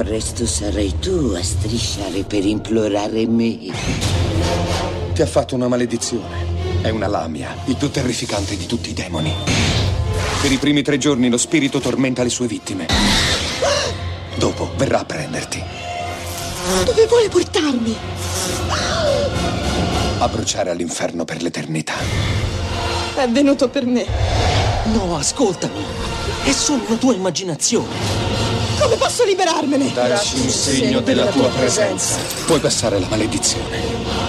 Presto sarai tu a strisciare per implorare me. Ti ha fatto una maledizione. È una lamia, il più terrificante di tutti i demoni. Per i primi 3 giorni lo spirito tormenta le sue vittime. Dopo verrà a prenderti. Dove vuole portarmi? A bruciare all'inferno per l'eternità. È venuto per me. No, ascoltami. È solo una tua immaginazione. Come posso liberarmene? Dacci un segno della tua presenza. Puoi passare la maledizione.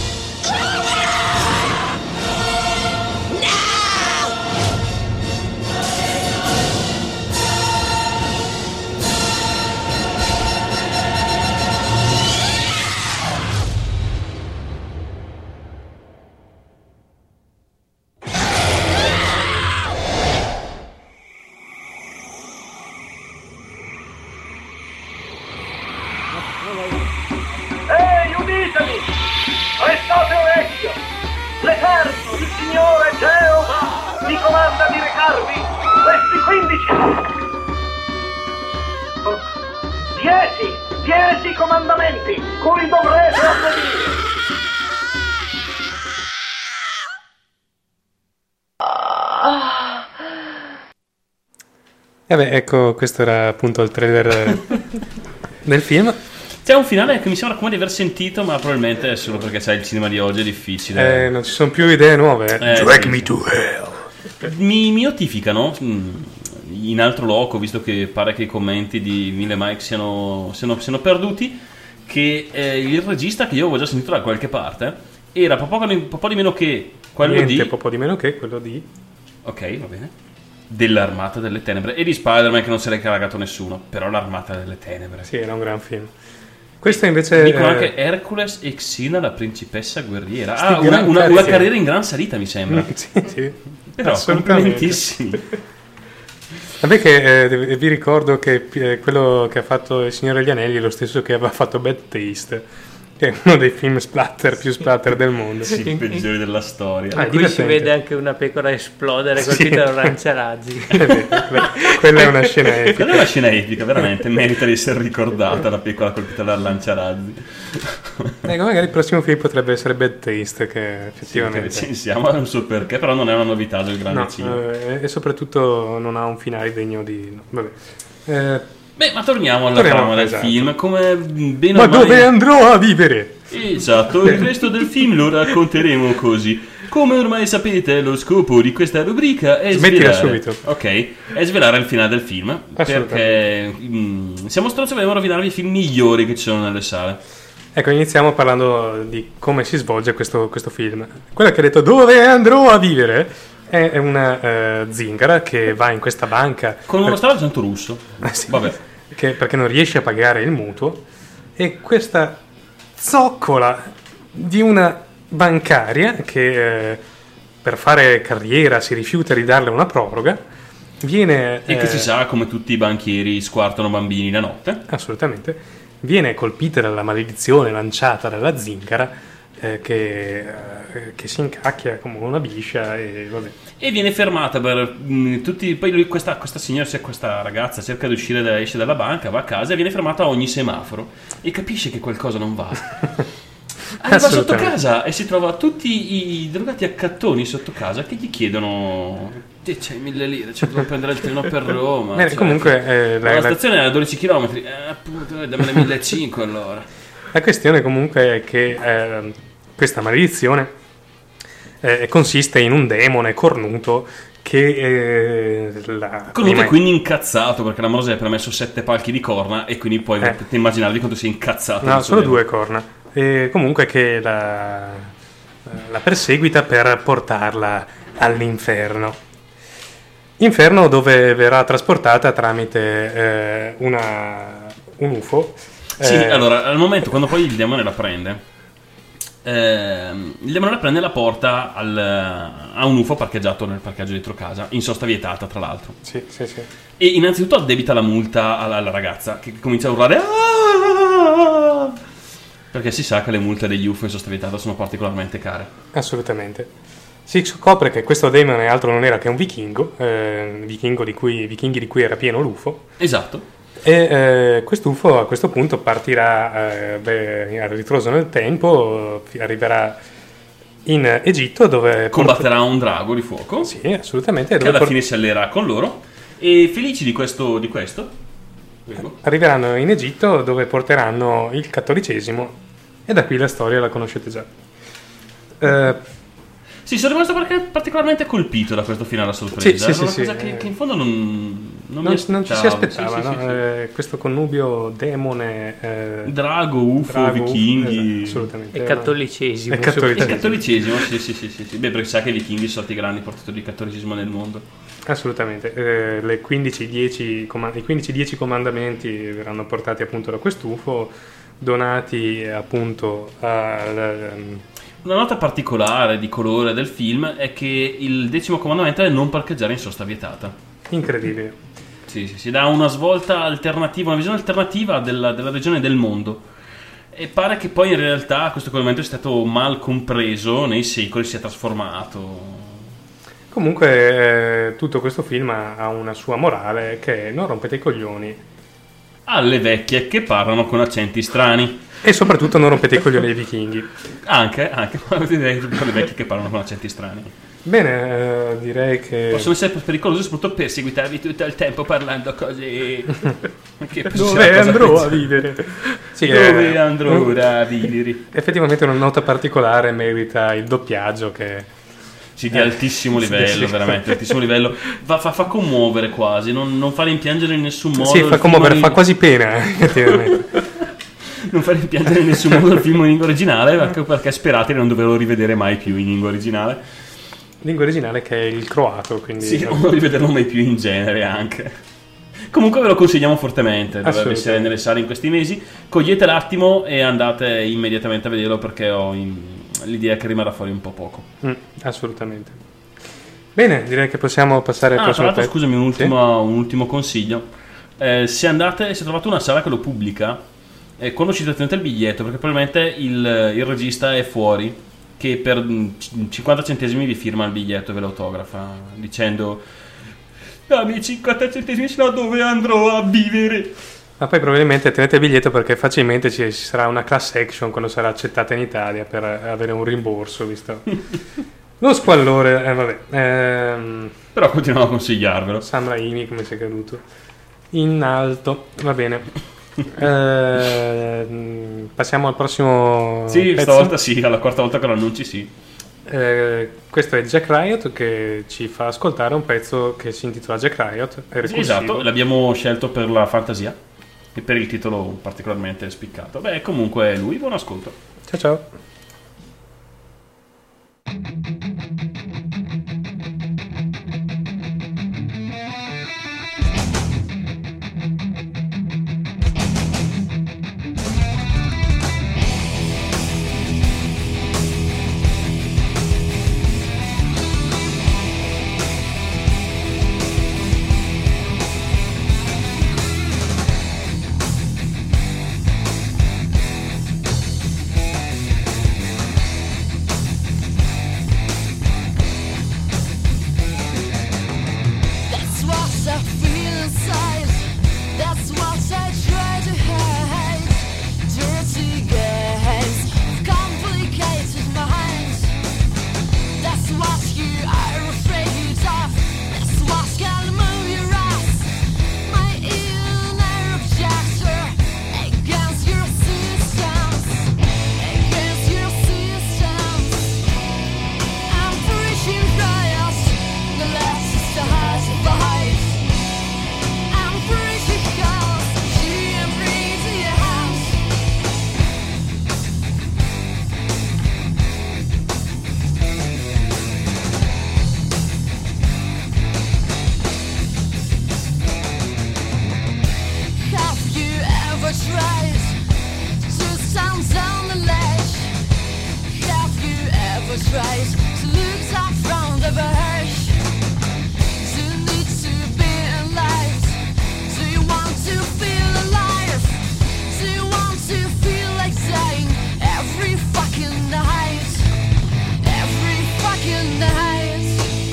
Ehi, uditemi! Restate orecchio! L'Eterno, il Signore Geova, vi comanda di recarvi questi 10 comandamenti cui dovrete obbedire. E beh, ecco, questo era appunto il trailer del film. C'è un finale che mi sembra come di aver sentito, ma probabilmente è solo perché sai, il cinema di oggi è difficile. Non ci sono più idee nuove. Drag me to hell. Mi notificano in altro loco, visto che pare che i commenti di Mille Mike siano perduti, che il regista che io avevo già sentito da qualche parte era un po' di meno che quello di quello di ok, va bene, dell'Armata delle Tenebre e di Spider-Man, che non se l'è cagato nessuno, però l'Armata delle Tenebre sì, era un gran film. Questo invece dicono anche Hercules e Xena, la principessa guerriera. Una carriera in gran salita, mi sembra. sì, però complimentissimi. Vabbè, che vi ricordo che quello che ha fatto Il Signore degli Anelli è lo stesso che aveva fatto Bad Taste, che è uno dei film più splatter del mondo. Sì, i peggiori della storia. In cui si vede anche una pecora esplodere colpita da un lanciarazzi. Quella è una scena epica. Quella è una scena epica, veramente. Merita di essere ricordata, la pecora colpita dal lanciarazzi. Ecco, magari il prossimo film potrebbe essere Bad Taste, che effettivamente sì, siamo, non so perché, però non è una novità del grande cinema. E soprattutto non ha un finale degno di... Vabbè. Beh, ma torniamo alla trama del film. Come bene ma dove andrò a vivere? Esatto, il resto del film lo racconteremo così. Come ormai sapete, lo scopo di questa rubrica è smettila subito. Ok, è svelare il finale del film, perché siamo stronzi e vogliamo rovinarvi i film migliori che ci sono nelle sale. Ecco, iniziamo parlando di come si svolge questo film. Quella che ha detto dove andrò a vivere è una zingara che va in questa banca con uno strano accento russo. Sì, vabbè, perché non riesce a pagare il mutuo, e questa zoccola di una bancaria che per fare carriera si rifiuta di darle una proroga, viene e che si sa come tutti i banchieri squartano bambini la notte. Assolutamente. Viene colpita dalla maledizione lanciata dalla zingara, che si incacchia come una biscia e vabbè. E viene fermata per tutti. Poi questa signora, questa ragazza cerca di uscire, esce dalla banca, va a casa e viene fermata a ogni semaforo e capisce che qualcosa non va. Arriva sotto casa e si trova tutti i drogati accattoni sotto casa che gli chiedono: c'hai 1000 lire, devo prendere il treno per Roma. Comunque la stazione è a 12 km. Appunto, dammene 1500 allora. La questione comunque è che questa maledizione consiste in un demone cornuto che cornuto e quindi incazzato, perché la morosa gli ha permesso 7 palchi di corna e quindi puoi immaginarvi quanto sia incazzato. No, solo 2 corna. E comunque che la perseguita per portarla all'inferno. Inferno dove verrà trasportata tramite un UFO. Sì, allora, al momento quando poi il demone la prende, e la porta a un UFO parcheggiato nel parcheggio dietro casa, in sosta vietata tra l'altro. Sì. E innanzitutto addebita la multa alla ragazza, che comincia a urlare "Aaah!", perché si sa che le multe degli UFO in sosta vietata sono particolarmente care. Assolutamente. Si scopre che questo demone altro non era che un vichingo, vichinghi di cui era pieno l'UFO. Esatto. E quest'UFO a questo punto partirà a ritroso nel tempo, arriverà in Egitto dove combatterà un drago di fuoco. Sì, assolutamente. Che alla fine si alleerà con loro. E felici di questo arriveranno in Egitto dove porteranno il cattolicesimo e da qui la storia la conoscete già. Sì, sono rimasto particolarmente colpito da questo finale a sorpresa. Sì, una cosa che in fondo non ci si aspettava, no? Questo connubio demone, drago, UFO, vichinghi, assolutamente, e cattolicesimo. E cattolicesimo, sì. Beh, perché sa che i vichinghi sono stati i grandi portatori di cattolicesimo nel mondo. Assolutamente. I 15-10 comandamenti verranno portati appunto da quest'UFO, donati appunto al... Una nota particolare di colore del film è che il 10° comandamento è non parcheggiare in sosta vietata. Incredibile. Si dà una svolta alternativa, una visione alternativa della regione del mondo. E pare che poi in realtà questo comandamento è stato mal compreso nei secoli, si è trasformato. Comunque tutto questo film ha una sua morale, che è: non rompete i coglioni alle vecchie che parlano con accenti strani. E soprattutto non rompete i coglioni ai vichinghi. Anche direi con le vecchie che parlano con accenti strani. Bene, direi che possono essere pericolosi soprattutto perseguitarvi tutto il tempo parlando così. Dove andrò a vivere? Dove andrò a vivere? Effettivamente una nota particolare merita il doppiaggio, che di altissimo livello, veramente altissimo livello. Fa commuovere quasi, non fa rimpiangere in nessun modo. Sì, fa commuovere, fa quasi pena. Non fa rimpiangere in nessun modo il film in lingua originale, anche perché sperate di non doverlo rivedere mai più in lingua originale. Lingua originale che è il croato, quindi sì, non rivederlo mai più in genere anche. Comunque ve lo consigliamo fortemente, dovrebbe essere nelle sale in questi mesi. Cogliete l'attimo e andate immediatamente a vederlo, perché ho l'idea che rimarrà fuori un po' poco. Assolutamente. Bene, direi che possiamo passare al prossimo pezzo. Scusami, un ultimo consiglio. Se trovate una sala che lo pubblica, quando ci tenete il biglietto, perché probabilmente il regista è fuori, che per 50 centesimi vi firma il biglietto e ve lo autografa, dicendo: dammi 50 centesimi, sennò dove andrò a vivere? Ma poi probabilmente tenete il biglietto perché facilmente ci sarà una class action quando sarà accettata in Italia per avere un rimborso, visto lo squallore. Però continuiamo a consigliarvelo. Sam Raimi come sei caduto in alto, va bene. Passiamo al prossimo pezzo. Stavolta sì, alla quarta volta che lo annunci sì. Questo è Jack Riot, che ci fa ascoltare un pezzo che si intitola Jack Riot. Esatto, l'abbiamo scelto per la fantasia e per il titolo particolarmente spiccato. Beh, comunque lui, buon ascolto. Ciao.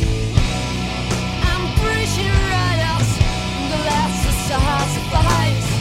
Hearts of the heights.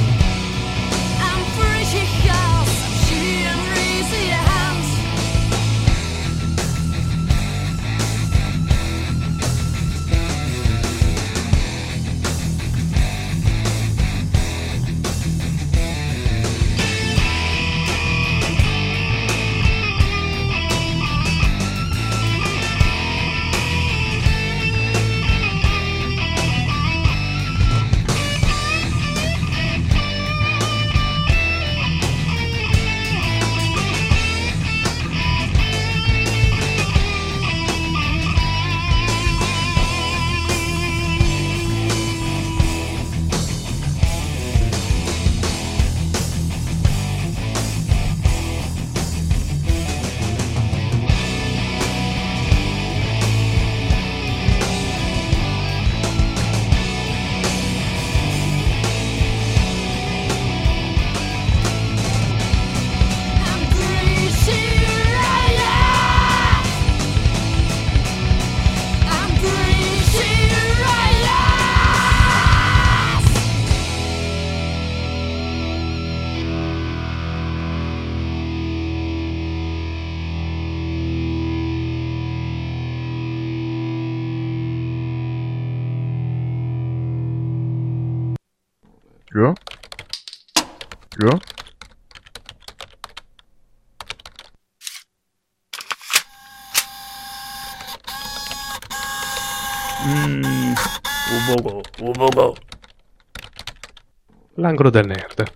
Ubogo. L'angolo del nerd.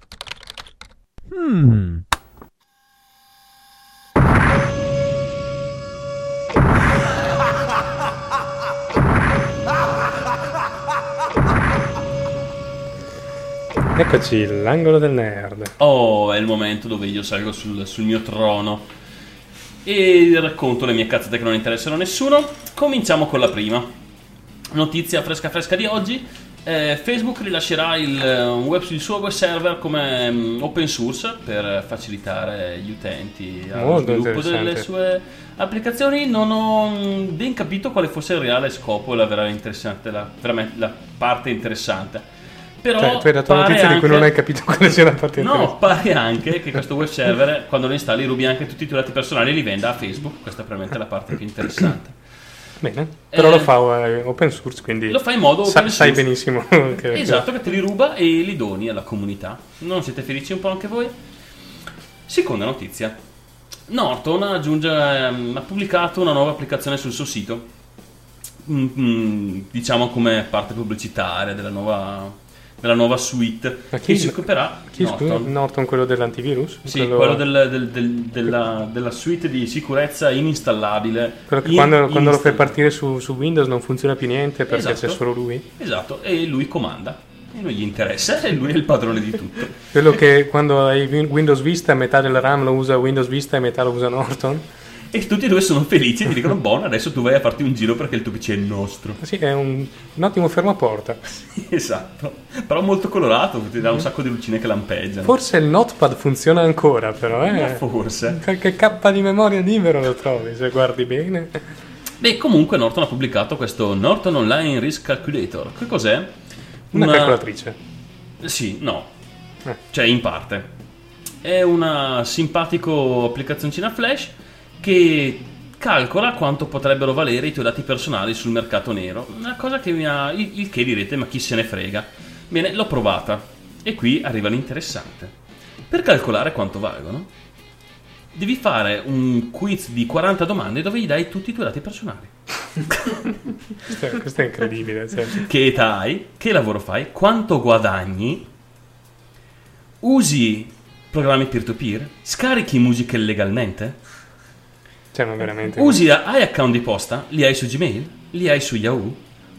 Eccoci, l'angolo del nerd. Oh, è il momento dove io salgo sul mio trono e racconto le mie cazzate che non interessano a nessuno. Cominciamo con la prima notizia fresca di oggi. Facebook rilascerà il suo web server come open source per facilitare gli utenti allo sviluppo delle sue applicazioni. Non ho ben capito quale fosse il reale scopo e la parte interessante. Però tu hai dato una notizia di cui non hai capito quale sia la parte interessante. No, pare anche che questo web server, quando lo installi, rubi anche tutti i tuoi dati personali e li venda a Facebook. Questa è probabilmente la parte più interessante. Bene, però lo fa open source, quindi lo fa in modo open source. Sai benissimo esatto, che te li ruba e li doni alla comunità. Non siete felici un po' anche voi? Seconda notizia. Norton ha pubblicato una nuova applicazione sul suo sito, diciamo come parte pubblicitaria della nuova suite. Ma chi si occuperà? Norton, quello dell'antivirus? Sì, quello della suite di sicurezza ininstallabile. Quello che quando lo fai partire su Windows non funziona più niente perché c'è solo lui? Esatto, e lui comanda. E non gli interessa, e lui è il padrone di tutto. Quello che quando hai Windows Vista metà della RAM lo usa Windows Vista e metà lo usa Norton? E tutti e due sono felici e ti dicono: buono, adesso tu vai a farti un giro perché il tuo PC è nostro. Sì, è un ottimo fermaporta. Esatto, però molto colorato, ti dà un sacco di lucine che lampeggiano. Forse il notepad funziona ancora, però forse qualche K di memoria libero lo trovi se guardi bene. Beh, comunque Norton ha pubblicato questo Norton Online Risk Calculator. Che cos'è? Una calcolatrice. Sì, no. Cioè, in parte. È una simpatico applicazioncina flash che calcola quanto potrebbero valere i tuoi dati personali sul mercato nero. Una cosa che il che direte, ma chi se ne frega. Bene, l'ho provata e qui arriva l'interessante. Per calcolare quanto valgono devi fare un quiz di 40 domande dove gli dai tutti i tuoi dati personali. Questo è incredibile, cioè. Che età hai, che lavoro fai, quanto guadagni, usi programmi peer-to-peer, scarichi musica illegalmente, cioè, ma veramente hai account di posta, li hai su Gmail, li hai su Yahoo.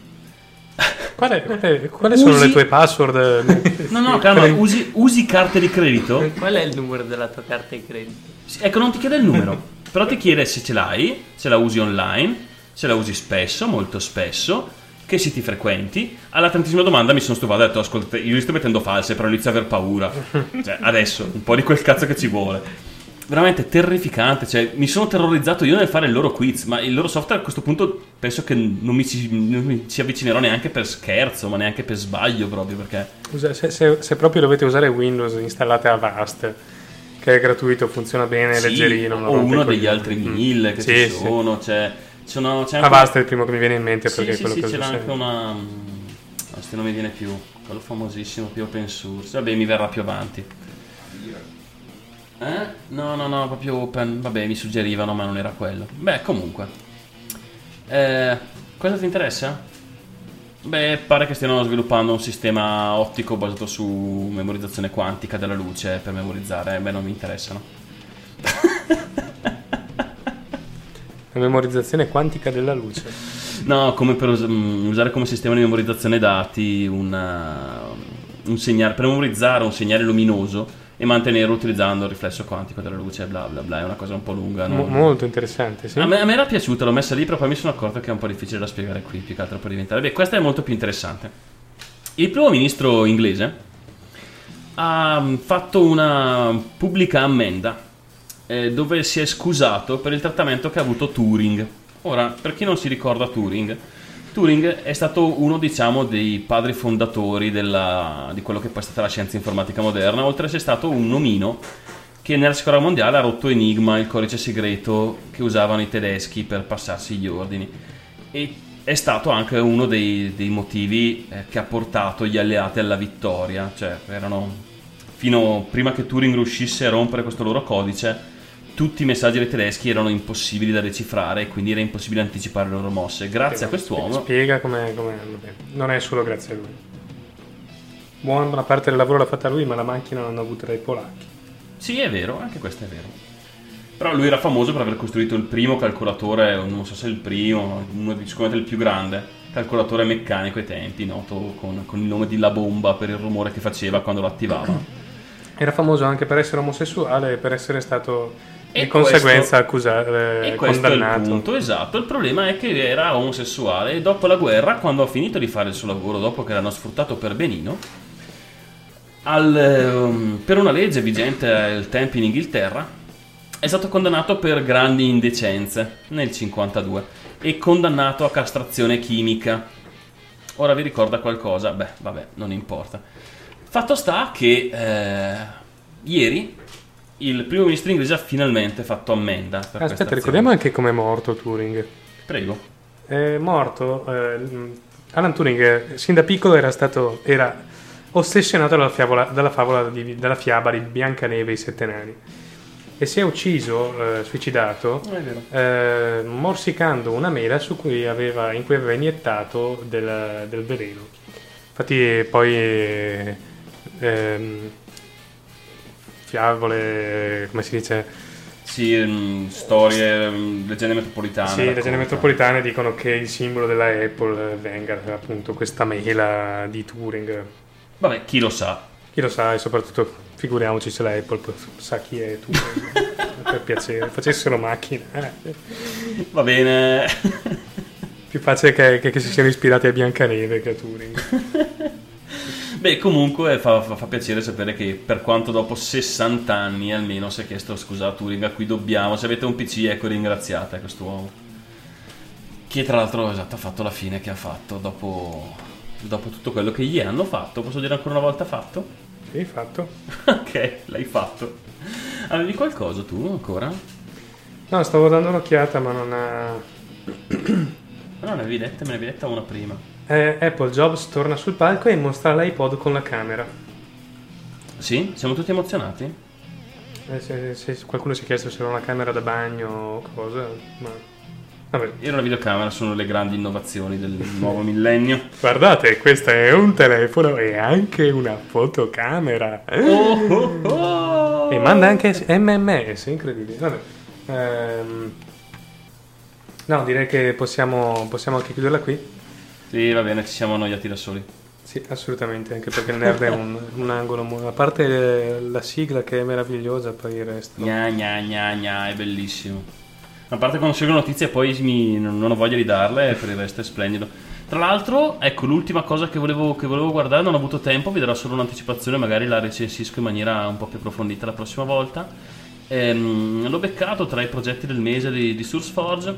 Quali sono le tue password? No, calma, usi carte di credito. Qual è il numero della tua carta di credito? Ecco, non ti chiede il numero, però ti chiede se ce l'hai, se la usi online, se la usi spesso, molto spesso, che siti frequenti. Alla tantissima domanda mi sono stufato e ho detto: ascolta, io li sto mettendo false, però inizio a aver paura. Cioè, adesso, un po' di quel cazzo che ci vuole. Veramente terrificante, cioè mi sono terrorizzato io nel fare il loro quiz, ma il loro software a questo punto penso che non mi ci avvicinerò neanche per scherzo, ma neanche per sbaglio proprio, perché se proprio dovete usare Windows, installate Avast, che è gratuito, funziona bene, sì, leggerino, o uno degli altri 1000 che ci sono, c'è anche Avast è il primo che mi viene in mente perché è quello che c'era anche una, se non mi viene più, quello famosissimo più open source, vabbè, mi verrà più avanti. No, proprio open. Vabbè, mi suggerivano, ma non era quello. Beh, comunque. Cosa ti interessa? Beh, pare che stiano sviluppando un sistema ottico basato su memorizzazione quantica della luce per memorizzare. Beh, non mi interessano. La memorizzazione quantica della luce? No, come per usare come sistema di memorizzazione dati un segnale, per memorizzare un segnale luminoso e mantenerlo utilizzando il riflesso quantico della luce, bla bla bla. È una cosa un po' lunga, no? Molto interessante, sì. A me era piaciuta, l'ho messa lì, però poi mi sono accorto che è un po' difficile da spiegare qui, più che altro per diventare. Beh, questa è molto più interessante. Il primo ministro inglese ha fatto una pubblica ammenda dove si è scusato per il trattamento che ha avuto Turing. Ora, per chi non si ricorda Turing è stato uno, diciamo, dei padri fondatori di quello che poi è stata la scienza informatica moderna, oltre a essere stato un omino che nella seconda guerra mondiale ha rotto Enigma, il codice segreto che usavano i tedeschi per passarsi gli ordini. E è stato anche uno dei motivi che ha portato gli alleati alla vittoria. Cioè, fino prima che Turing riuscisse a rompere questo loro codice, tutti i messaggi dei tedeschi erano impossibili da decifrare e quindi era impossibile anticipare le loro mosse. Grazie a quest'uomo. Spiega come non è solo grazie a lui. Buona parte del lavoro l'ha fatta lui, ma la macchina l'hanno avuta dai polacchi. Sì, è vero, anche questo è vero. Però lui era famoso per aver costruito il primo calcolatore, non so se il primo, sicuramente il più grande calcolatore meccanico ai tempi, noto con il nome di La Bomba per il rumore che faceva quando lo attivava. Era famoso anche per essere omosessuale e per essere stato di conseguenza accusato, e questo condannato. È il punto, esatto. Il problema è che era omosessuale e dopo la guerra, quando ha finito di fare il suo lavoro, dopo che l'hanno sfruttato per benino, per una legge vigente ai tempi in Inghilterra, è stato condannato per grandi indecenze nel 52 e condannato a castrazione chimica. Ora vi ricorda qualcosa? Beh, vabbè, non importa. Fatto sta che ieri il primo ministro inglese ha finalmente fatto ammenda per Aspetta, ricordiamo anche come è morto Turing. Prego. È morto Alan Turing, sin da piccolo era ossessionato dalla fiaba di Biancaneve e i Sette Nani e si è ucciso, suicidato, morsicando una mela in cui aveva iniettato del veleno. Infatti poi fiavole, come si dice? Sì, storie, leggende metropolitane. Sì, leggende metropolitane dicono che il simbolo della Apple venga appunto questa mela di Turing. Vabbè, chi lo sa? Chi lo sa, e soprattutto figuriamoci se la Apple sa chi è Turing. Per piacere, facessero macchine. Va bene. Più facile che si siano ispirati a Biancaneve che a Turing. Beh, comunque fa piacere sapere che per quanto dopo 60 anni almeno si è chiesto scusa a Turing, a cui dobbiamo. Se avete un PC, ecco, ringraziate quest'uomo. Che tra l'altro, esatto, ha fatto la fine che ha fatto dopo tutto quello che gli hanno fatto. Posso dire ancora una volta fatto? Sì, fatto. Ok, l'hai fatto. Avevi qualcosa tu ancora? No, stavo dando un'occhiata, ma non ha... No, me ne avevi detta una prima. Apple Jobs torna sul palco e mostra l'iPod con la camera. Sì? Siamo tutti emozionati? Se qualcuno si è chiesto se era una camera da bagno o cosa, ma... Vabbè. Era una videocamera, sono le grandi innovazioni del nuovo millennio. Guardate, questo è un telefono e anche una fotocamera. E manda anche MMS, incredibile. Vabbè. No, direi che possiamo anche chiuderla qui. Sì, va bene, ci siamo annoiati da soli. Sì, assolutamente, anche perché il nerd è un angolo. A parte la sigla che è meravigliosa, poi il resto. Gna, è bellissimo. A parte quando seguo notizie poi non ho voglia di darle, per il resto è splendido. Tra l'altro, ecco, l'ultima cosa che volevo guardare, non ho avuto tempo, vi darò solo un'anticipazione, magari la recensisco in maniera un po' più approfondita la prossima volta. L'ho beccato tra i progetti del mese di SourceForge.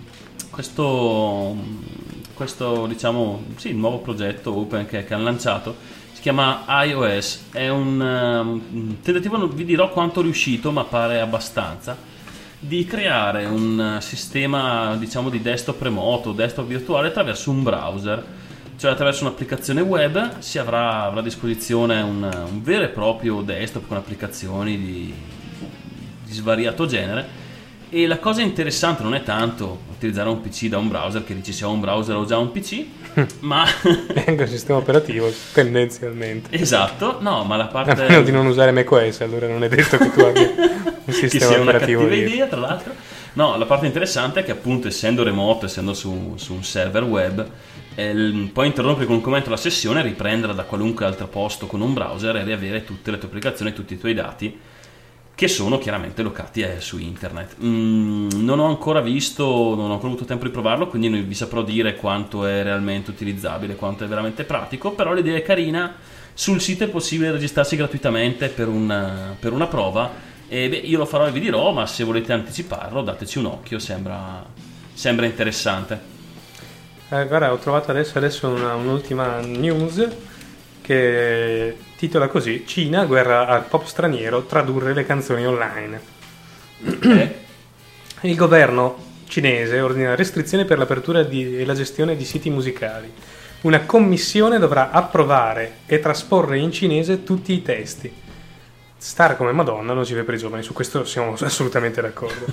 Questo diciamo, sì, il nuovo progetto open che hanno lanciato si chiama iOS. È un tentativo, non vi dirò quanto riuscito, ma pare abbastanza, di creare un sistema, diciamo, di desktop remoto, desktop virtuale attraverso un browser, cioè attraverso un'applicazione web si avrà a disposizione un vero e proprio desktop con applicazioni di svariato genere. E la cosa interessante non è tanto utilizzare un PC da un browser, che dici se ho un browser ho già un PC, ma è anche un sistema operativo tendenzialmente. Esatto, no, ma la parte a meno di non usare macOS, allora non è detto che tu abbia un sistema operativo. Che sia una cattiva idea, tra l'altro. No, la parte interessante è che appunto, essendo remoto, essendo su un server web, puoi interrompere con un commento la sessione, riprenderla da qualunque altro posto con un browser e riavere tutte le tue applicazioni, tutti i tuoi dati, che sono chiaramente locati su internet. Non ho ancora avuto tempo di provarlo, quindi non vi saprò dire quanto è realmente utilizzabile, quanto è veramente pratico, però l'idea è carina. Sul sito è possibile registrarsi gratuitamente per una prova, e io lo farò e vi dirò, ma se volete anticiparlo dateci un occhio, sembra interessante. Guarda, ho trovato adesso un'ultima news che titola così: Cina, guerra al pop straniero, tradurre le canzoni online. Il governo cinese ordina restrizioni per l'apertura e la gestione di siti musicali. Una commissione dovrà approvare e trasporre in cinese tutti i testi. Stare come Madonna non ci fa per i giovani, su questo siamo assolutamente d'accordo.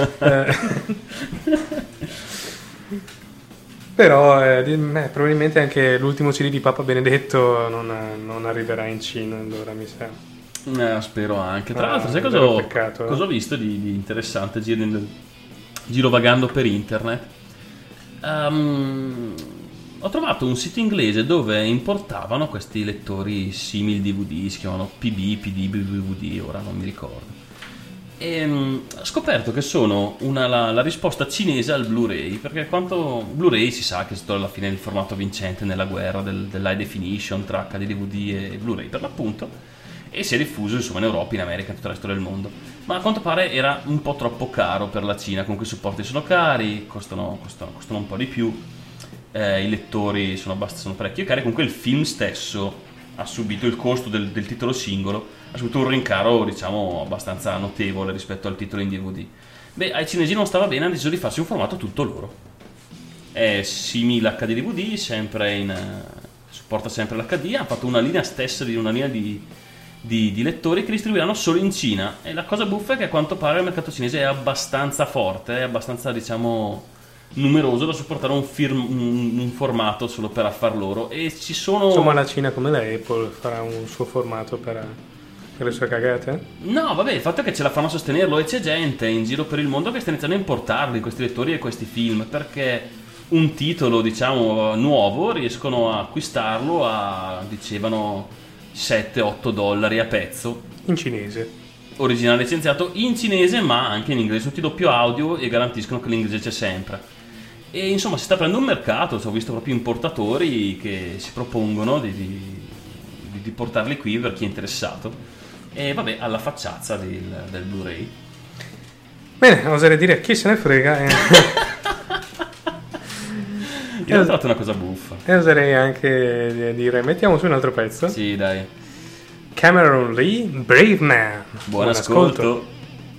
Però probabilmente anche l'ultimo CD di Papa Benedetto non arriverà in Cina, allora mi sa. Spero anche. Tra l'altro, sai cosa ho visto di interessante girovagando per internet? Ho trovato un sito inglese dove importavano questi lettori simil DVD, si chiamano PD, DVD, ora non mi ricordo. E ho scoperto che sono la risposta cinese al Blu-ray, perché quanto Blu-ray si sa che è stato alla fine il formato vincente nella guerra dell'high definition tra HD, DVD e Blu-ray per l'appunto, e si è diffuso insomma in Europa, in America e tutto il resto del mondo. Ma a quanto pare era un po' troppo caro per la Cina, comunque i supporti sono cari, costano un po' di più, i lettori sono parecchio cari, comunque il film stesso ha subito il costo del titolo singolo, ha subito un rincaro diciamo abbastanza notevole rispetto al titolo in DVD. Beh, ai cinesi non stava bene, hanno deciso di farsi un formato tutto loro. È simile HD DVD, supporta sempre l'HD, hanno fatto una linea stessa di lettori che distribuiranno solo in Cina, e la cosa buffa è che a quanto pare il mercato cinese è abbastanza forte, è abbastanza diciamo numeroso da supportare un formato solo per affar loro, e ci sono... Insomma, la Cina come la Apple farà un suo formato per le sue cagate? No, vabbè, il fatto è che ce la fanno a sostenerlo, e c'è gente in giro per il mondo che sta iniziando a importarli, questi lettori e questi film, perché un titolo diciamo nuovo riescono a acquistarlo a, dicevano, $7-8 a pezzo in cinese, originale licenziato in cinese, ma anche in inglese, tutti doppio audio, e garantiscono che l'inglese c'è sempre. E insomma si sta prendendo un mercato, ho visto proprio importatori che si propongono di portarli qui per chi è interessato, e vabbè, alla facciazza del Blu-ray. Bene, oserei dire chi se ne frega. Io ho trovato una cosa buffa. E oserei anche dire mettiamo su un altro pezzo. Sì, dai. Cameron Lee, Brave Man. Buon ascolto.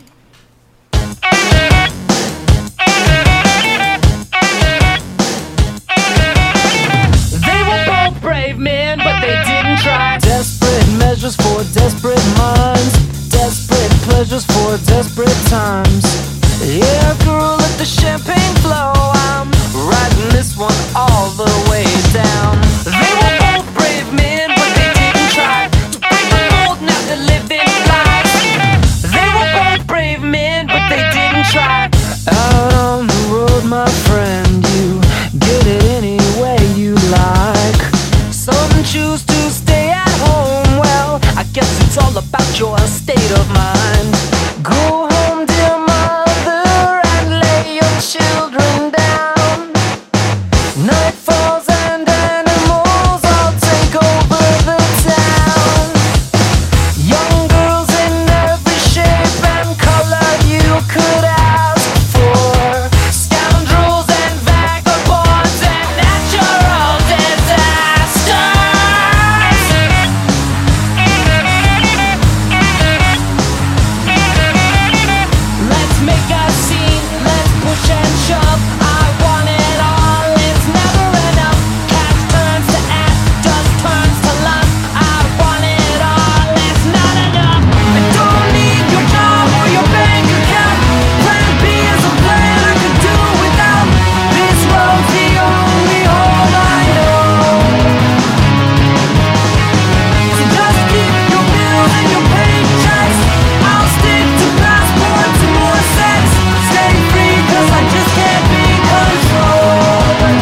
They were both brave men, but they didn't try. Desperate measures for desperate minds, desperate pleasures for desperate times. Yeah, girl, let the champagne flow. I'm riding this one all the way down. They were both brave men, but they didn't try to break the mold, now they're living lives. They were both brave men, but they didn't try. Out on the road, my friend, you get it any way you like. Some choose to stay at home, well, I guess it's all about your state of mind. Go home, dear mother, and lay your children down. Night falls and animals all take over the town. Young girls in every shape and color you could ask for. Scoundrels and vagabonds and natural disasters. Let's make a scene, let's push and shove. I want it all, it's never enough. Cash turns to ash, dust turns to lust. I want it all, it's not enough. I don't need your job or your bank account. Plan B is a plan I could do without. This road's the only home I know. So just keep your bills and your paychecks. I'll stick to passports and more sex. Stay free, cause I just can't be controlled.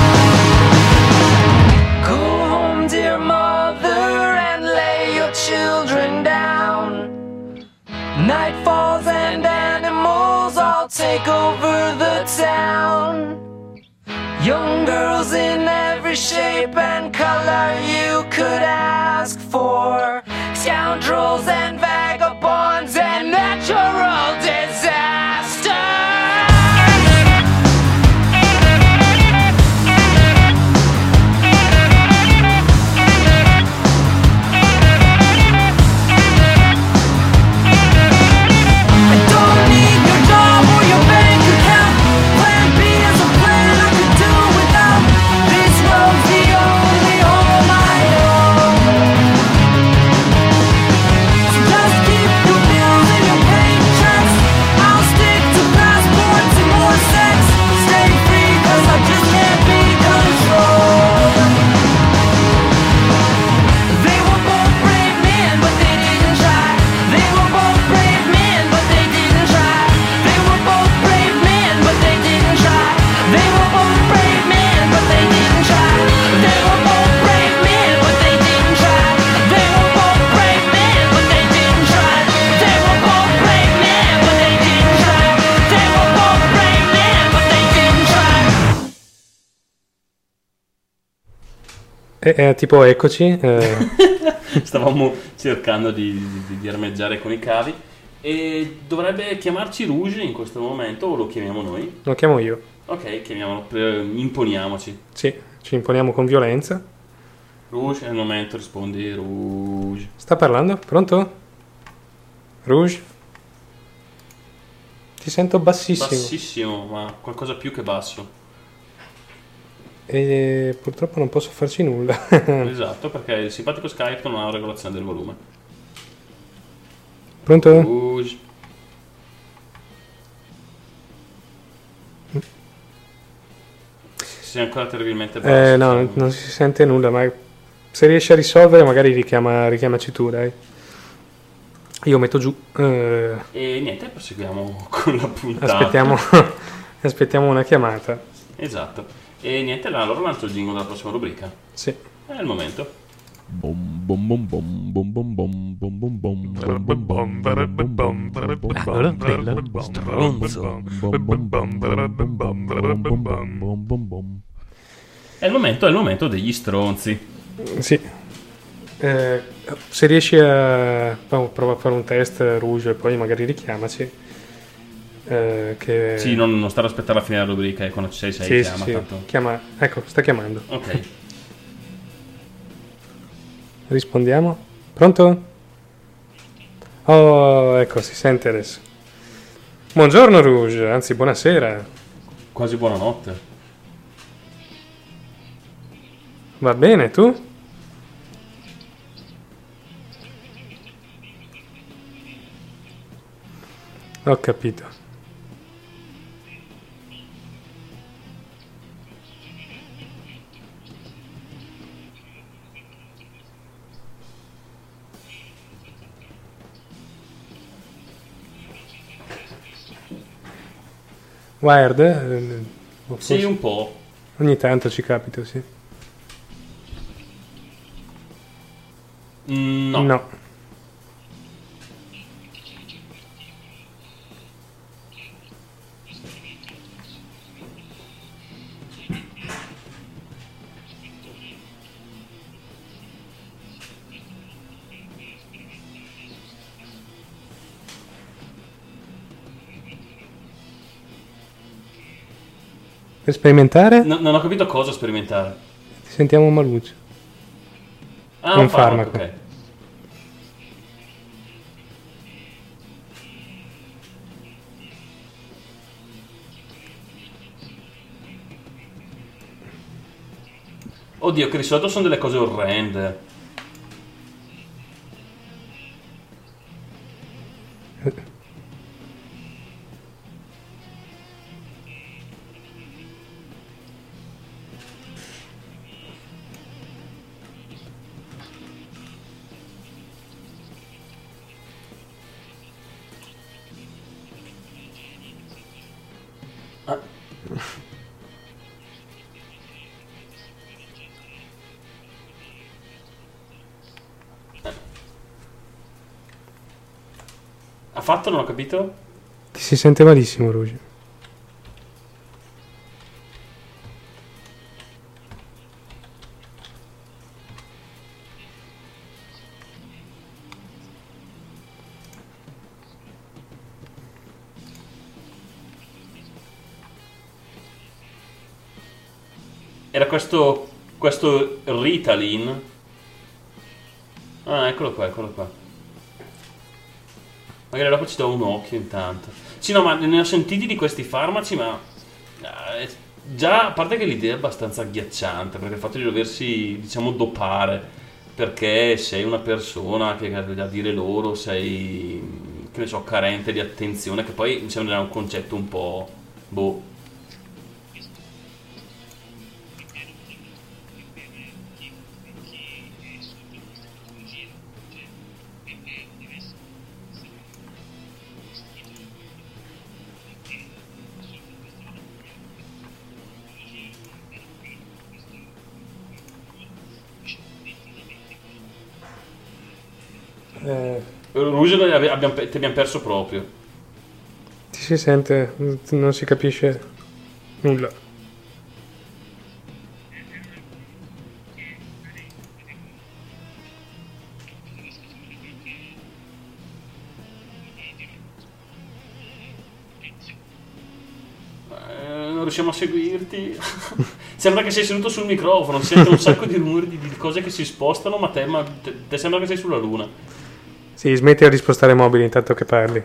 Go home, dear mother, and lay your children down. Night falls and animals all take over the town. Young girls in every shape and color you could ask for. Scoundrels and vagabonds and natural disasters. I don't need your job or your bank account. Tipo eccoci. Stavamo cercando di armeggiare con i cavi. E dovrebbe chiamarci Rouge in questo momento o lo chiamiamo noi? Lo chiamo io. Ok, chiamiamolo, imponiamoci. Sì, ci imponiamo con violenza. Rouge, è il momento, rispondi Rouge. Sta parlando? Pronto? Rouge? Ti sento bassissimo. Bassissimo, ma qualcosa più che basso. E purtroppo non posso farci nulla. Esatto, perché il simpatico Skype non ha una regolazione del volume. Pronto? Rouge. Sei ancora terribilmente basso. No, non si sente nulla, ma se riesci a risolvere magari richiamaci tu, dai. Io metto giù. E niente, proseguiamo con la puntata. Aspettiamo una chiamata. Esatto. E niente, allora lancio il jingle della prossima rubrica. Sì. È il momento. È il momento degli stronzi. Sì. Se riesci a prova a fare un test Rouge e poi magari richiamaci. Sì, non stare a aspettare la fine della rubrica e quando ci sei chiama. Sì. Tanto. Chiama. Ecco, sta chiamando. Ok. Rispondiamo. Pronto? Oh, ecco, si sente adesso. Buongiorno Rouge, anzi buonasera. Quasi buonanotte. Va bene, tu? Ho capito. Wired? Sì, un po'. Ogni tanto ci capita, sì. No. Per sperimentare? Non ho capito cosa sperimentare. Ti sentiamo un maluccio. Ah, un farmaco. Ok. Oddio, che di solito sono delle cose orrende. Ha fatto? Non ho capito? Ti si sente malissimo, Rouge. Era questo Ritalin. Ah, eccolo qua. Magari dopo ci do un occhio intanto. Sì, no, ma ne ho sentiti di questi farmaci, ma già, a parte che l'idea è abbastanza agghiacciante, perché il fatto di doversi, diciamo, dopare perché sei una persona che a dire loro sei, che ne so, carente di attenzione, che poi mi sembra un concetto un po' boh. Rouge ti abbiamo perso proprio. Ti si sente, non si capisce nulla. riusciamo a seguirti. Sembra che sei seduto sul microfono, si sente un sacco di rumori di cose che si spostano, ma te sembra che sei sulla luna. Sì, smetti di spostare mobili intanto che parli.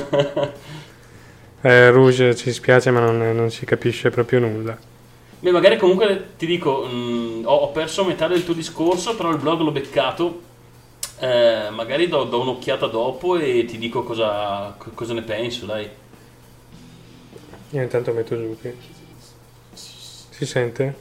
Rouge, ci spiace, ma non si capisce proprio nulla. Beh, magari comunque ti dico, ho perso metà del tuo discorso, però il blog l'ho beccato. Magari do un'occhiata dopo e ti dico cosa ne penso, dai. Io intanto metto giù qui. Si sente?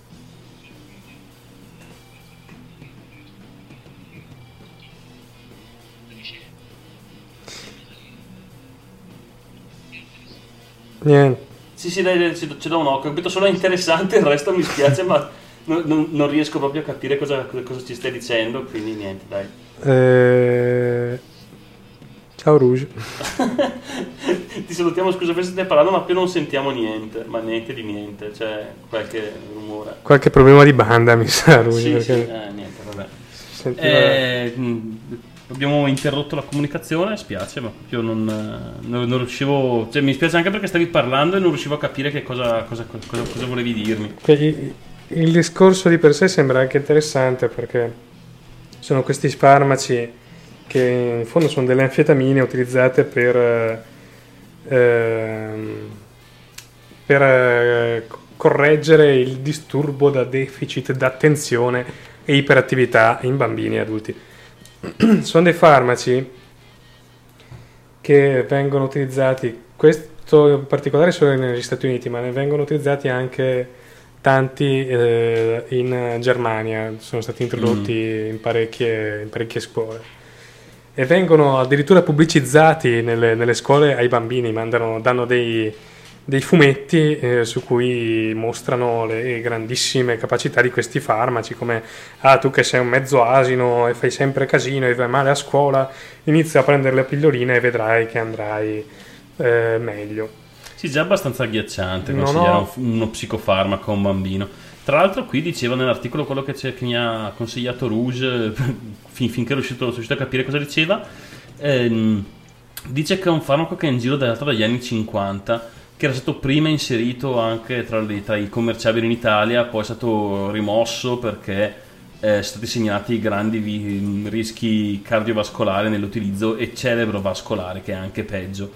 Niente. Sì, dai, ci do un occhio. Ho capito solo è interessante, il resto mi spiace, ma non riesco proprio a capire cosa ci stai dicendo, quindi niente, dai. Ciao Rouge. Ti salutiamo, scusa se stai parlando, ma più non sentiamo niente, ma niente di niente, cioè qualche rumore. Qualche problema di banda, mi sa, Rouge. Sì, perché niente, vabbè. Sentiva... Abbiamo interrotto la comunicazione, spiace, ma proprio non riuscivo, cioè mi spiace anche perché stavi parlando e non riuscivo a capire che cosa volevi dirmi. Il discorso di per sé sembra anche interessante perché sono questi farmaci che in fondo sono delle anfetamine utilizzate per correggere il disturbo da deficit d'attenzione e iperattività in bambini e adulti. Sono dei farmaci che vengono utilizzati, questo in particolare solo negli Stati Uniti, ma ne vengono utilizzati anche tanti in Germania, sono stati introdotti in parecchie scuole e vengono addirittura pubblicizzati nelle scuole ai bambini, danno dei fumetti su cui mostrano le grandissime capacità di questi farmaci, come tu che sei un mezzo asino e fai sempre casino e vai male a scuola, inizia a prendere le pilloline e vedrai che andrai meglio. Sì, già abbastanza agghiacciante consigliare uno psicofarmaco a un bambino. Tra l'altro qui diceva nell'articolo quello che mi ha consigliato Rouge finché sono riuscito a capire cosa diceva, dice che è un farmaco che è in giro dagli anni 50, che era stato prima inserito anche tra i commerciabili in Italia, poi è stato rimosso perché sono stati segnalati grandi rischi cardiovascolari nell'utilizzo e cerebrovascolare, che è anche peggio,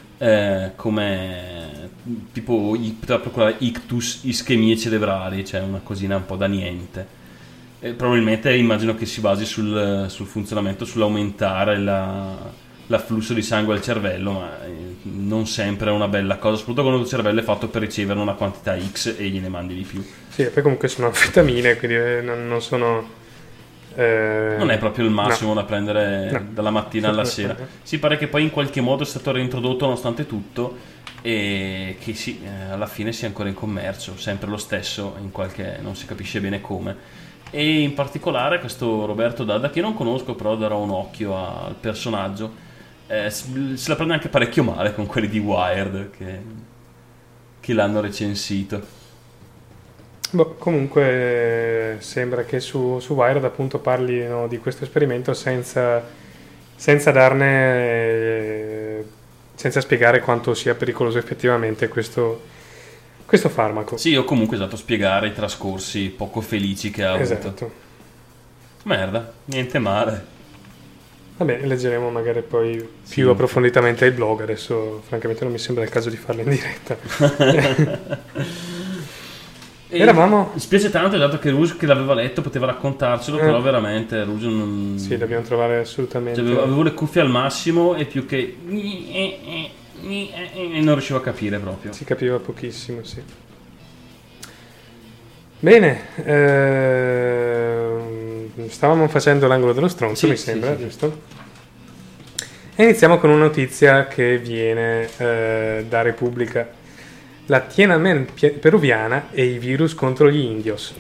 come tipo poteva procurare ictus, ischemie cerebrali, cioè una cosina un po' da niente. Probabilmente immagino che si basi sul funzionamento, sull'aumentare l'afflusso di sangue al cervello, ma non sempre è una bella cosa, soprattutto quando il cervello è fatto per ricevere una quantità X e gliene mandi di più. Sì, e poi comunque sono anfetamine, quindi non sono... non è proprio il massimo da prendere dalla mattina alla sera. Si pare che poi in qualche modo è stato reintrodotto nonostante tutto e che sì, alla fine sia ancora in commercio, sempre lo stesso, non si capisce bene come. E in particolare questo Roberto Dada, che io non conosco, però darò un occhio al personaggio, se la prende anche parecchio male con quelli di Wired che l'hanno recensito. Comunque sembra che su Wired appunto parlino di questo esperimento senza spiegare quanto sia pericoloso effettivamente questo farmaco. Sì, o comunque spiegare i trascorsi poco felici che ha avuto. Esatto. Merda, niente male. Vabbè, leggeremo magari poi più approfonditamente il blog. Adesso francamente non mi sembra il caso di farlo in diretta. Eravamo... Mi spiace tanto, dato che Rouge, che l'aveva letto, poteva raccontarcelo, però veramente Rouge non... Sì, dobbiamo trovare assolutamente... Cioè, avevo le cuffie al massimo e più che... e non riuscivo a capire proprio. Si capiva pochissimo, sì. Bene, stavamo facendo l'angolo dello stronzo, mi sembra, giusto? E iniziamo con una notizia che viene da Repubblica. La Tiananmen peruviana e i virus contro gli indios.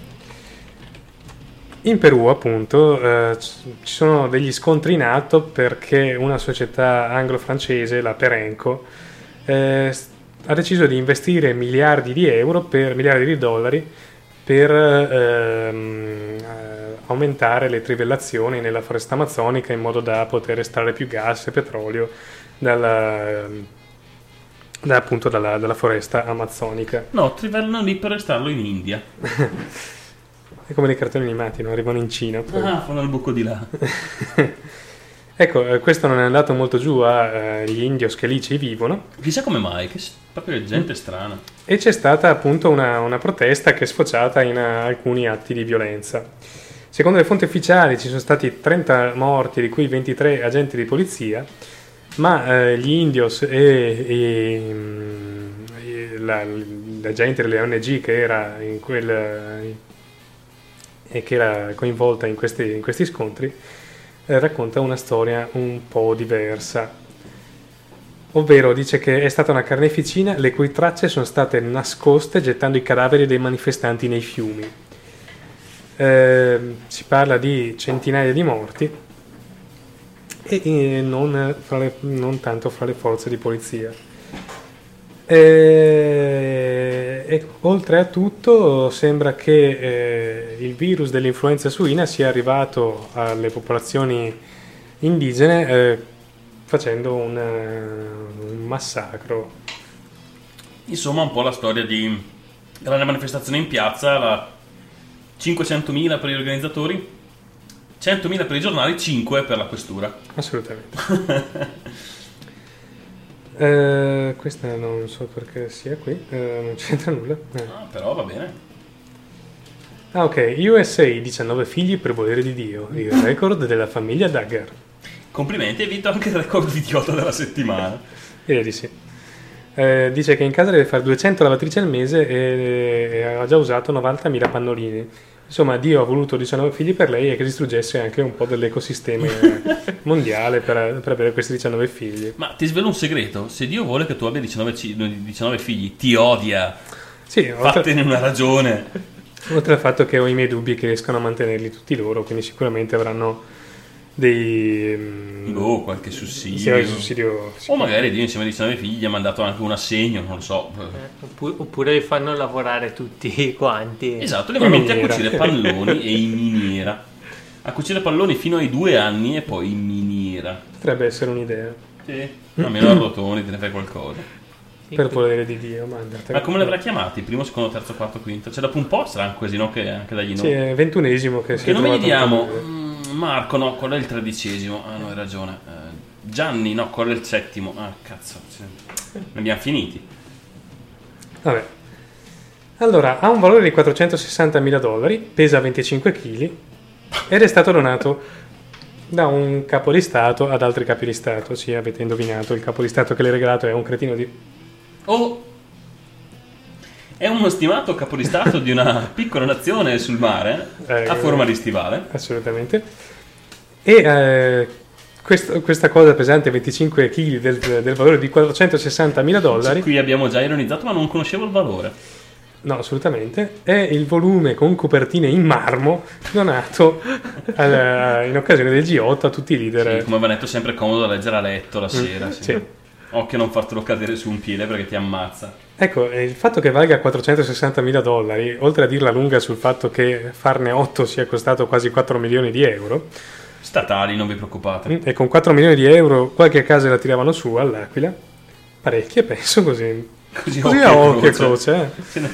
In Perù, appunto, ci sono degli scontri in atto perché una società anglo-francese, la Perenco, ha deciso di investire miliardi di dollari per aumentare le trivellazioni nella foresta amazzonica in modo da poter estrarre più gas e petrolio appunto dalla foresta amazzonica. No, trivellano lì per restarlo in India. È come nei cartoni animati, no? Arrivano in Cina. Poi. Fanno il buco di là. Ecco, questo non è andato molto giù agli indios che lì ci vivono. Chissà come mai, che proprio gente strana. E c'è stata appunto una protesta che è sfociata in alcuni atti di violenza. Secondo le fonti ufficiali ci sono stati 30 morti, di cui 23 agenti di polizia, ma gli indios e la gente delle ONG che era che era coinvolta in questi scontri racconta una storia un po' diversa, ovvero dice che è stata una carneficina le cui tracce sono state nascoste gettando i cadaveri dei manifestanti nei fiumi. Si parla di centinaia di morti e non tanto fra le forze di polizia. E oltre a tutto sembra che il virus dell'influenza suina sia arrivato alle popolazioni indigene facendo un massacro. Insomma, un po' la storia di grande manifestazione in piazza, 500.000 per gli organizzatori, 100.000 per i giornali, 5 per la questura. Assolutamente. Questa non so perché sia qui, non c'entra nulla. Però va bene. Ok, USA 19 figli per volere di Dio, il record della famiglia Duggar. Complimenti, hai vinto anche il record idiota della settimana. Direi di sì. Dice che in casa deve fare 200 lavatrici al mese e ha già usato 90.000 pannolini. Insomma, Dio ha voluto 19 figli per lei e che distruggesse anche un po' dell'ecosistema mondiale per avere questi 19 figli. Ma ti svelo un segreto: se Dio vuole che tu abbia 19 figli, ti odia. Sì, fattene una ragione. Oltre al fatto che ho i miei dubbi che riescano a mantenerli tutti loro, quindi sicuramente avranno qualche sussidio. Sussidio o magari Dio insieme a 19 figli gli ha mandato anche un assegno, non lo so. Oppure li fanno lavorare tutti quanti. Esatto, li metti a cucire palloni e in miniera. A cucire palloni fino ai 2 anni e poi in miniera. Potrebbe essere un'idea. Sì, almeno a rotoni te ne fai qualcosa. Per volere di Dio, ma come li avrà chiamati? Primo, secondo, terzo, quarto, quinto? Cioè dopo un po' sarà così, no? Che anche dagli nomi. Sì, è 21esimo che si è non trovato. Che diamo? Marco, no, quello è il 13esimo. No, hai ragione. Gianni, no, quello è il 7º. Cazzo, ne abbiamo finiti. Vabbè. Allora, ha un valore di $460.000, pesa 25 kg ed è stato donato da un capo di Stato ad altri capi di Stato. Sì, avete indovinato, il capo di Stato che l'ha regalato è un cretino di... È uno stimato capo di Stato di una piccola nazione sul mare, a forma di stivale. Assolutamente. E questa cosa pesante, 25 kg del valore di $460.000. Qui abbiamo già ironizzato, ma non conoscevo il valore. No, assolutamente. È il volume con copertine in marmo donato in occasione del G8 a tutti i leader. Sì, come va detto, sempre comodo da leggere a letto la sera. Sì. Occhio a non fartelo cadere su un piede perché ti ammazza. Ecco, il fatto che valga $460.000, oltre a dirla lunga sul fatto che farne 8 sia costato quasi 4 milioni di euro. Statali, non vi preoccupate. E con 4 milioni di euro qualche casa la tiravano su all'Aquila. Parecchie, penso, così a occhio e croce.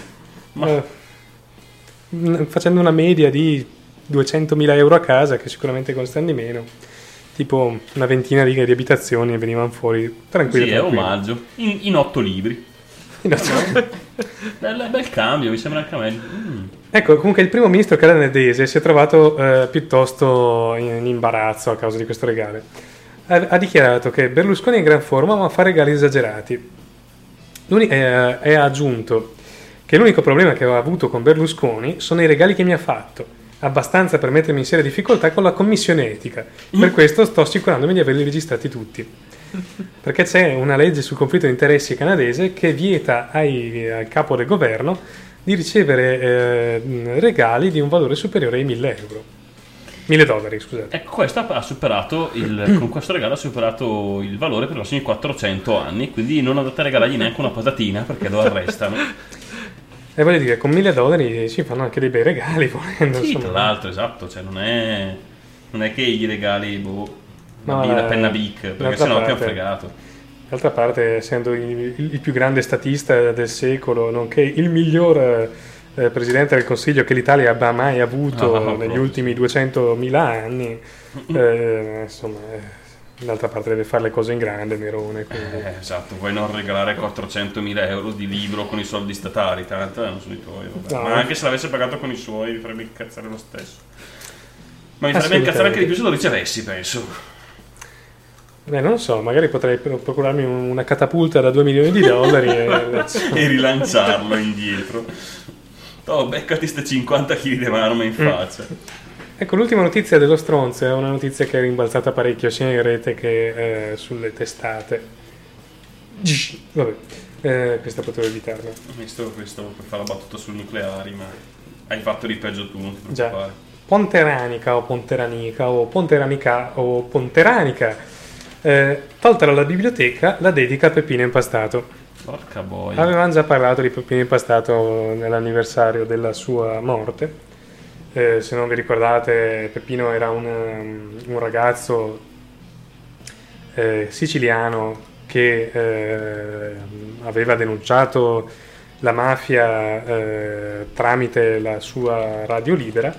Facendo una media di 200.000 euro a casa, che sicuramente costano di meno. Tipo una ventina di abitazioni e venivano fuori tranquilli. Sì, è omaggio. In 8 libri. Bel cambio, mi sembra anche a me. Ecco, comunque il primo ministro canadese si è trovato piuttosto in imbarazzo a causa di questo regalo. Ha dichiarato che Berlusconi è in gran forma ma fa regali esagerati. E ha aggiunto che l'unico problema che ho avuto con Berlusconi sono i regali che mi ha fatto. Abbastanza per mettermi in seria difficoltà con la commissione etica. Per questo sto assicurandomi di averli registrati tutti. Perché c'è una legge sul conflitto di interessi canadese che vieta al capo del governo di ricevere regali di un valore superiore ai $1.000, scusate. Ecco, questo ha superato con questo regalo ha superato il valore per i prossimi 400 anni, quindi non andate a regalargli neanche una patatina perché lo arrestano. E voglio dire, con $1.000 si fanno anche dei bei regali, volendo. Sì, tra l'altro, esatto, cioè non è che gli regali la penna Bic, perché sennò abbiamo fregato. D'altra parte, essendo il più grande statista del secolo, nonché il miglior presidente del Consiglio che l'Italia abbia mai avuto negli ultimi 200.000 anni, insomma, d'altra parte deve fare le cose in grande, Nerone. Esatto, vuoi non regalare 400.000 euro di libro con i soldi statali, tanto non sono i tuoi, vabbè. No. Ma anche se l'avesse pagato con i suoi mi farebbe incazzare lo stesso. Ma mi farebbe incazzare anche di più se lo ricevessi, penso. Beh, non lo so, magari potrei procurarmi una catapulta da $2 milioni e rilanciarlo indietro. Beccati ste 50 kg di marmo in faccia. Ecco, l'ultima notizia dello stronzo è una notizia che è rimbalzata parecchio sia in rete che sulle testate. Vabbè, questa potevo evitarla. Questo per fare la battuta sul nucleari, ma hai fatto di peggio tu, non ti preoccupare. Già. Ponteranica o Ponteranica o Ponteranica o Ponteranica, tolta dalla biblioteca la dedica a Peppino Impastato. Porca boia. Avevamo già parlato di Peppino Impastato nell'anniversario della sua morte. Se non vi ricordate, Peppino era un ragazzo siciliano che aveva denunciato la mafia tramite la sua radio libera.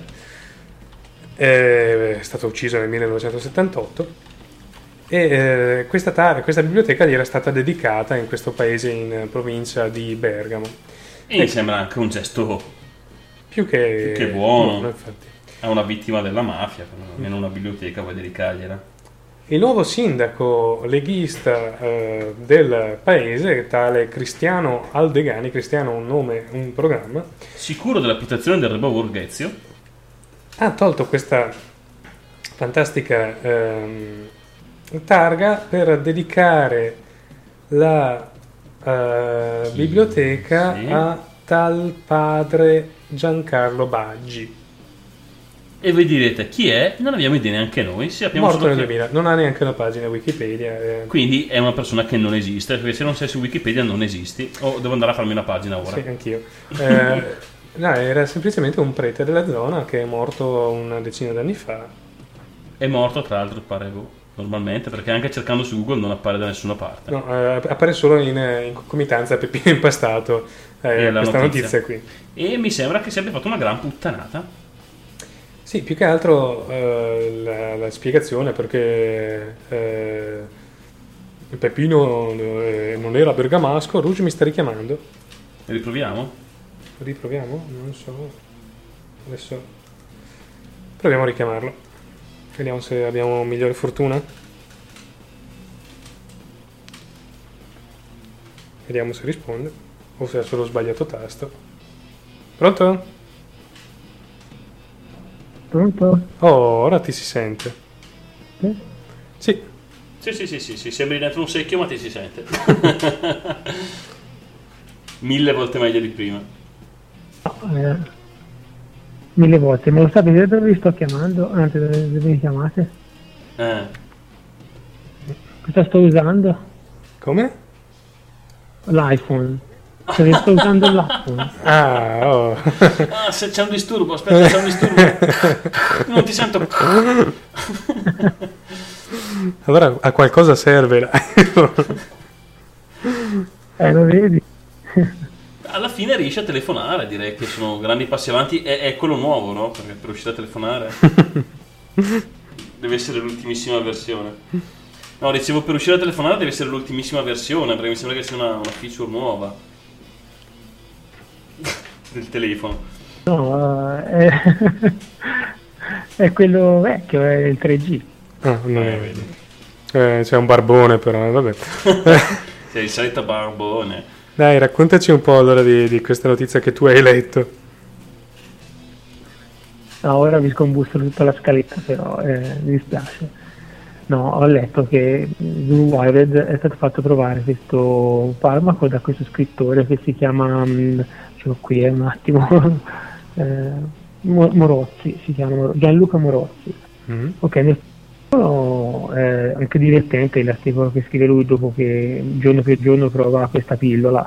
È stato ucciso nel 1978 e questa biblioteca gli era stata dedicata in questo paese in provincia di Bergamo. E mi sembra anche un gesto più che buono. Infatti. È una vittima della mafia, almeno una biblioteca vuoi dedicargliela. Il nuovo sindaco leghista del paese, tale Cristiano Aldegani, Cristiano un nome, un programma, sicuro dell'abitazione del Rebo Borghezio, ha tolto questa fantastica targa per dedicare la biblioteca a tal padre Giancarlo Baggi. E voi direte chi è? Non abbiamo idea neanche noi. Morto nel 2000, non ha neanche una pagina Wikipedia. Quindi è una persona che non esiste, perché se non sei su Wikipedia non esisti. Devo andare a farmi una pagina ora. Sì, anch'io. No, era semplicemente un prete della zona che è morto una decina d'anni fa. È morto, tra l'altro, pare normalmente, perché anche cercando su Google non appare da nessuna parte. No, appare solo in concomitanza a Peppino Impastato questa notizia qui. E mi sembra che si abbia fatto una gran puttanata. Sì, più che altro la spiegazione perché Peppino non era bergamasco. Rouge mi sta richiamando. Riproviamo? Riproviamo? Non so. Adesso proviamo a richiamarlo. Vediamo se abbiamo migliore fortuna. Vediamo se risponde o se ha solo sbagliato tasto. Pronto? Pronto? Oh, ora ti si sente. Sì. Sì, sembri dentro un secchio ma ti si sente. 1000 volte meglio di prima. No, 1000 volte, ma lo sapete dove vi sto chiamando? Anzi, dove mi chiamate? Cosa sto usando? Come? L'iPhone. Perché sto usando l'iPhone. Se c'è un disturbo, aspetta, c'è un disturbo. Non ti sento. Allora a qualcosa serve l'iPhone. Lo vedi? Alla fine riesci a telefonare, direi che sono grandi passi avanti. È quello nuovo, no? Perché per riuscire a telefonare deve essere l'ultimissima versione. No, dicevo, per riuscire a telefonare deve essere l'ultimissima versione, perché mi sembra che sia una feature nuova del telefono. No, è quello vecchio, è il 3G. Ah, non è vedi. C'è un barbone però, vabbè. Sei il solito barbone. Dai, raccontaci un po' allora di questa notizia che tu hai letto. No, ora vi scombusto tutta la scaletta, però mi dispiace. No, ho letto che Blue Wired è stato fatto provare questo farmaco da questo scrittore che si chiama, qui è un attimo, Morozzi, si chiama Gianluca Morozzi. Ok, anche divertente l'articolo che scrive lui dopo che giorno per giorno prova questa pillola.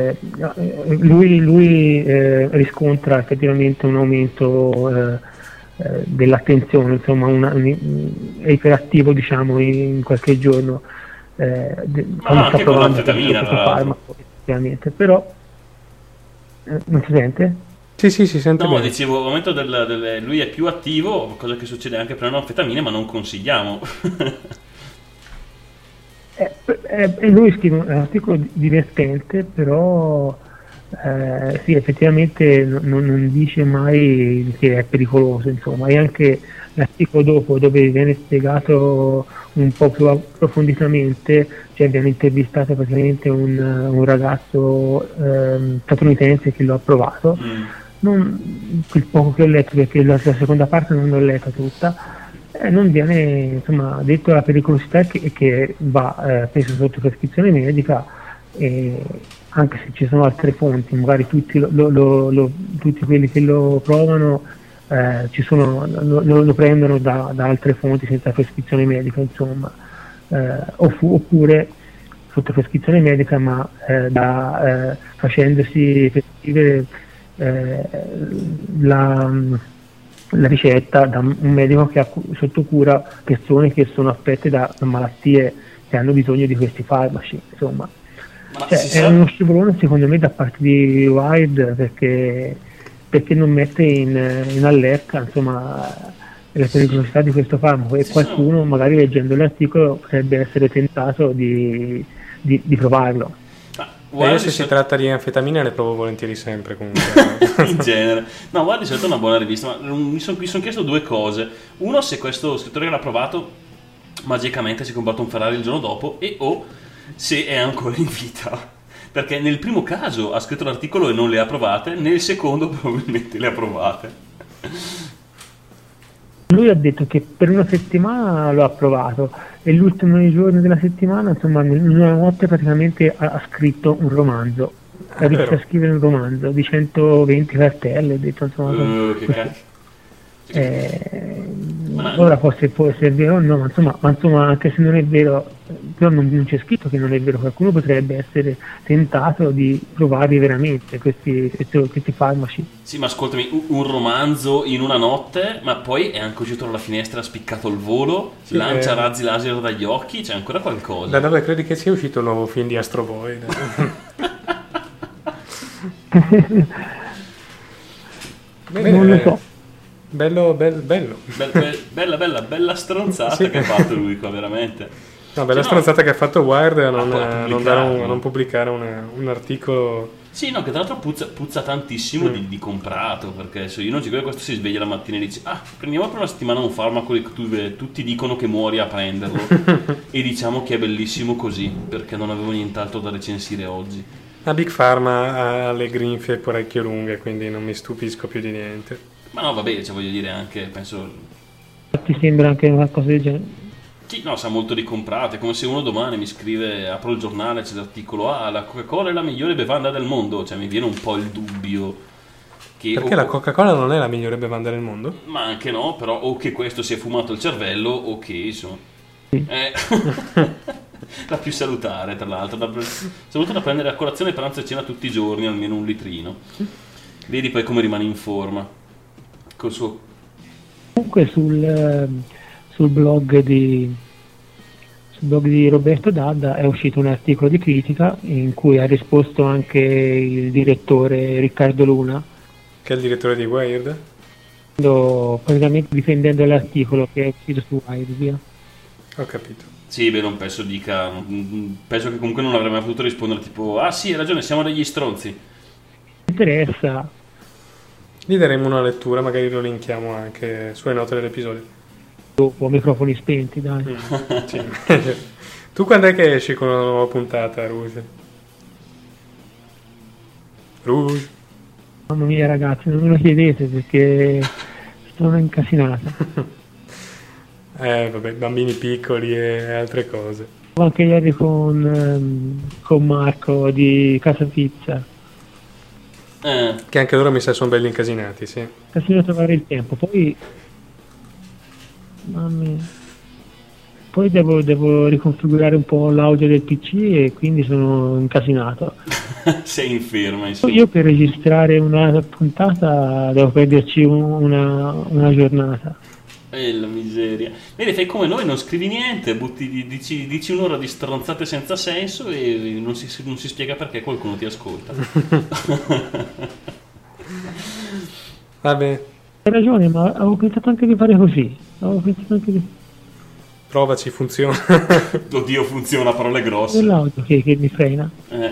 Lui riscontra effettivamente un aumento dell'attenzione, insomma è iperattivo, diciamo, in qualche giorno quando sta provando questo farmaco, effettivamente. Però non si sente? Sì, si sente bene. Dicevo, al momento lui è più attivo, cosa che succede anche per le anfetamine, ma non consigliamo. Lui scrive un articolo divertente, però sì, effettivamente non dice mai che è pericoloso, insomma. E anche l'articolo dopo, dove viene spiegato un po' più approfonditamente, cioè viene intervistato praticamente un ragazzo statunitense che lo ha provato. Quel poco che ho letto, perché la seconda parte non l'ho letta tutta, non viene, insomma, detto la pericolosità che va preso sotto prescrizione medica, anche se ci sono altre fonti, magari tutti quelli che lo provano lo prendono da altre fonti senza prescrizione medica, insomma, oppure sotto prescrizione medica, ma facendosi prescrivere la ricetta da un medico che ha sotto cura persone che sono affette da malattie che hanno bisogno di questi farmaci, insomma. È uno scivolone secondo me da parte di Wired, perché non mette in allerta, insomma, la pericolosità di questo farmaco, e qualcuno magari leggendo l'articolo potrebbe essere tentato di provarlo. Io se si tratta di anfetamine le provo volentieri sempre, comunque. In genere. No, guarda, di solito è una buona rivista, ma mi sono chiesto due cose. Uno, se questo scrittore che l'ha provato magicamente si è comprato un Ferrari il giorno dopo, o se è ancora in vita. Perché nel primo caso ha scritto l'articolo e non le ha provate, nel secondo probabilmente le ha provate. Lui ha detto che per una settimana lo ha provato, e l'ultimo giorno della settimana, insomma, in una notte praticamente ha scritto un romanzo. Ha riuscito a scrivere un romanzo di 120 cartelle, ha detto, insomma, che cazzo. Ora può essere vero o no, ma insomma, anche se non è vero, però non c'è scritto che non è vero. Qualcuno potrebbe essere tentato di provarli veramente questi farmaci. Sì, ma ascoltami, un romanzo in una notte, ma poi è anche uscito dalla finestra, ha spiccato il volo, lancia razzi laser dagli occhi, c'è ancora qualcosa. Da dove credi che sia uscito il nuovo film di Astro Boy? Non lo so. Bello. Bella stronzata, sì, che ha fatto lui qua, veramente. No, bella stronzata che ha fatto Wired a non pubblicare un articolo. Sì, no, che tra l'altro puzza tantissimo di comprato, perché io non ci credo che questo si sveglia la mattina e dice: prendiamo per una settimana un farmaco che tutti dicono che muori a prenderlo e diciamo che è bellissimo così, perché non avevo nient'altro da recensire oggi. La Big Pharma ha le grinfie parecchio lunghe, quindi non mi stupisco più di niente. Ma no, vabbè, voglio dire, anche, penso... Ti sembra anche qualcosa del genere? Sì, no, sa molto di comprato. È come se uno domani mi scrive, apro il giornale, c'è l'articolo: la Coca-Cola è la migliore bevanda del mondo. Cioè, mi viene un po' il dubbio che... Perché la Coca-Cola non è la migliore bevanda del mondo? Ma anche no, però o che questo si è fumato il cervello, o che, insomma... la più salutare, tra l'altro. Soprattutto da prendere a colazione, pranzo e cena tutti i giorni, almeno un litrino. Vedi poi come rimane in forma. Col suo... Comunque sul blog di Roberto Dadda è uscito un articolo di critica in cui ha risposto anche il direttore Riccardo Luna, che è il direttore di Wired, praticamente difendendo l'articolo che è uscito su Wired, via. Ho capito. Sì, beh, non penso dica, penso che comunque non avrei mai potuto rispondere tipo: sì, hai ragione, siamo degli stronzi. Mi interessa. Gli daremo una lettura, magari lo linkiamo anche sulle note dell'episodio. Dopo, microfoni spenti, dai. Sì. Tu quando è che esci con una nuova puntata, Rouge? Mamma mia, ragazzi, non me lo chiedete perché sono incasinato. Vabbè, bambini piccoli e altre cose. Anche ieri con Marco di Casa Pizza. Che anche loro mi sa sono belli incasinati, sì. Casino trovare il tempo, poi devo riconfigurare un po' l'audio del PC e quindi sono incasinato. Sei inferma, insomma. Io per registrare una puntata devo perderci una giornata. La miseria. Vedi, fai come noi, non scrivi niente, dici un'ora di stronzate senza senso e non si spiega perché qualcuno ti ascolta. Vabbè. Hai ragione, ma avevo pensato anche di fare così. Provaci, funziona. Oddio, funziona, parole grosse. È l'auto che mi frena.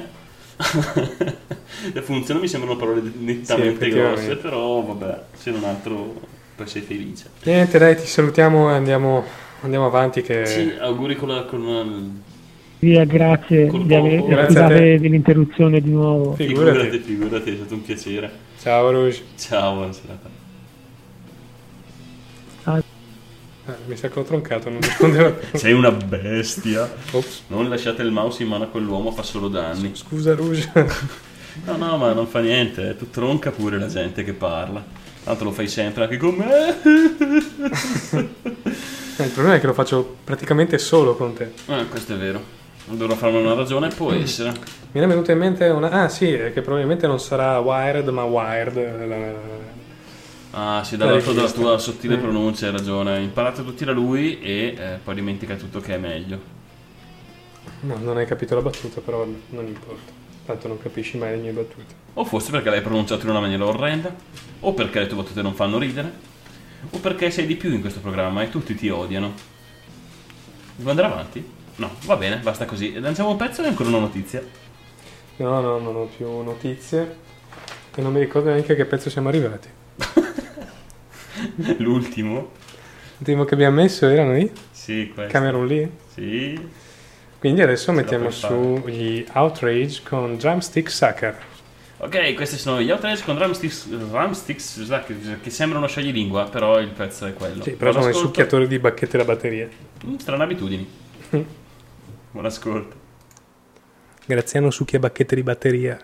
Funziona, mi sembrano parole nettamente grosse, però vabbè, se non altro poi sei felice. Niente, dai, ti salutiamo e andiamo avanti che... Sì, auguri con Via, grazie dell'interruzione di nuovo. Figurati, è stato un piacere. Ciao Rouge. Ciao, buona serata. Mi sa che ho troncato, non rispondevo. Sei una bestia. Ops. Non lasciate il mouse in mano a quell'uomo, fa solo danni. Scusa Rouge. No, ma non fa niente, tu tronca pure la gente che parla. Tanto lo fai sempre anche con me. Il problema è che lo faccio praticamente solo con te. Questo è vero. Dovrò farmi una ragione, può essere. Mi è venuta in mente una... che probabilmente non sarà Wired ma Wired. Sì, dall'altro della tua sottile pronuncia, hai ragione. Imparate tutti da lui e poi dimentica tutto che è meglio. No, non hai capito la battuta, però non importa. Tanto non capisci mai le mie battute. O forse perché l'hai pronunciato in una maniera orrenda, o perché le tue battute non fanno ridere, o perché sei di più in questo programma e tutti ti odiano. Devo andare avanti? No, va bene, basta così. Lanciamo un pezzo e ancora una notizia. No, non ho più notizie e non mi ricordo neanche a che pezzo siamo arrivati. L'ultimo che abbiamo messo erano lì? Sì, questo. Cameron lì? Sì. Quindi adesso mettiamo su gli Outrage con Drumstick Sucker. Ok, questi sono gli Outrage con Drumsticks che sembrano scioglilingua, però il pezzo è quello. Sì, però sono i succhiatori di bacchette da batteria. Strane abitudini. Buon ascolto. Graziano succhia bacchette di batteria.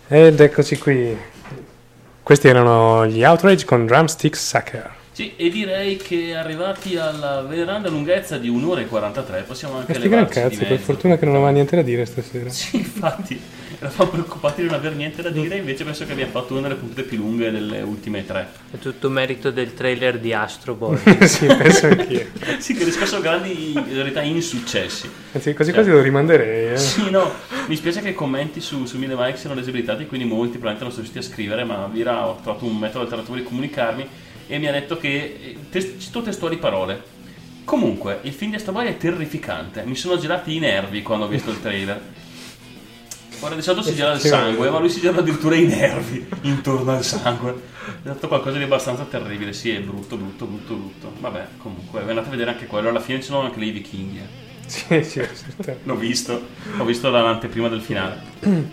Ed eccoci qui. Questi erano gli Outrage con Drumstick Sucker. Sì, e direi che arrivati alla veneranda lunghezza di 1 ora e 43 possiamo anche Questi gran levarci di cazzi, per mezzo. fortuna che non aveva niente da dire stasera. Sì, infatti, eravamo preoccupati di non aver niente da dire, invece penso che abbiamo fatto una delle puntate più lunghe delle ultime 3. È tutto merito del trailer di Astro Boy. Sì, penso anch'io. Sì, che riscosso grandi, in realtà, insuccessi. Anzi, quasi quasi lo rimanderei. Sì, no, mi spiace che i commenti su Mille Mike siano disabilitati, quindi molti probabilmente non sono riusciti a scrivere, ma Vira ho trovato un metodo alternativo di comunicarmi e mi ha detto che, cito testuali parole: comunque, il film di Astro Boy è terrificante, mi sono girati i nervi quando ho visto il trailer. Ora di solito si gira il sangue, ma lui si gira addirittura i nervi intorno al sangue. È stato qualcosa di abbastanza terribile, sì, è brutto. Vabbè, comunque, andate a vedere anche quello, alla fine ci sono anche lì i vichinghi. Sì, certo. L'ho visto dall'anteprima del finale.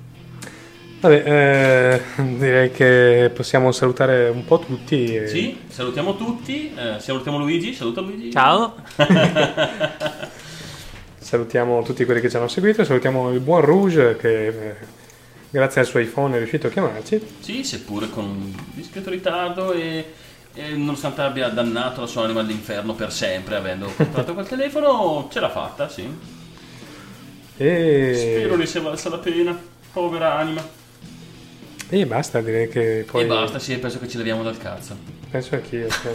Vabbè, direi che possiamo salutare un po' tutti. Sì, salutiamo tutti, salutiamo Luigi, saluta Luigi. Ciao. Salutiamo tutti quelli che ci hanno seguito, salutiamo il buon Rouge che grazie al suo iPhone è riuscito a chiamarci. Sì, seppure con un discreto ritardo e nonostante abbia dannato la sua anima all'inferno per sempre avendo comprato quel telefono, ce l'ha fatta, sì. Spero ne sia valsa la pena, povera anima. E basta, direi che poi... E basta, sì, penso che ci leviamo dal cazzo. Penso anch'io, sì.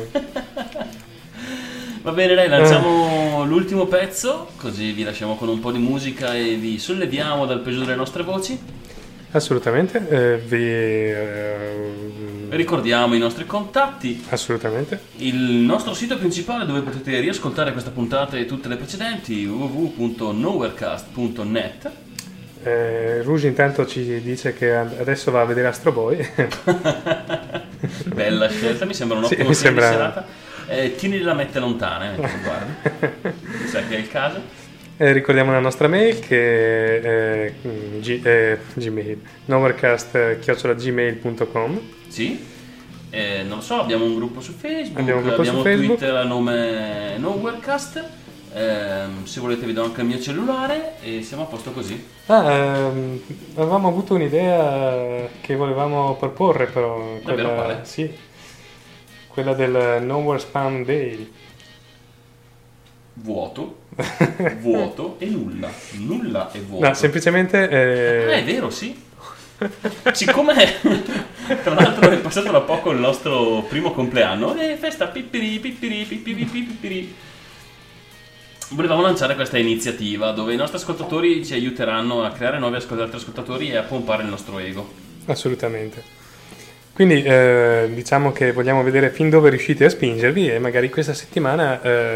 Va bene, dai, lanciamo l'ultimo pezzo, così vi lasciamo con un po' di musica e vi solleviamo dal peso delle nostre voci. Assolutamente, ricordiamo i nostri contatti. Assolutamente. Il nostro sito principale dove potete riascoltare questa puntata e tutte le precedenti, www.nowherecast.net. Rouge intanto ci dice che adesso va a vedere Astro Boy. Bella scelta, mi sembra un'ottima mi sembra... serata. Tieni la mette lontana, guarda. Mi sa che è il caso. Ricordiamo la nostra mail che è Gmail, nowherecast@gmail.com. Sì. Non lo so, abbiamo un gruppo su Facebook, abbiamo Twitter a nome Nowherecast. Se volete vi do anche il mio cellulare e siamo a posto così. Avevamo avuto un'idea che volevamo proporre, però davvero quale? Sì, quella del Nowhere Spam Day. Vuoto e nulla e vuoto. No, semplicemente è vero, sì. Siccome tra l'altro è passato da poco il nostro primo compleanno e festa pippiri, volevamo lanciare questa iniziativa dove i nostri ascoltatori ci aiuteranno a creare nuovi altri ascoltatori e a pompare il nostro ego. Assolutamente. Quindi diciamo che vogliamo vedere fin dove riuscite a spingervi e magari questa settimana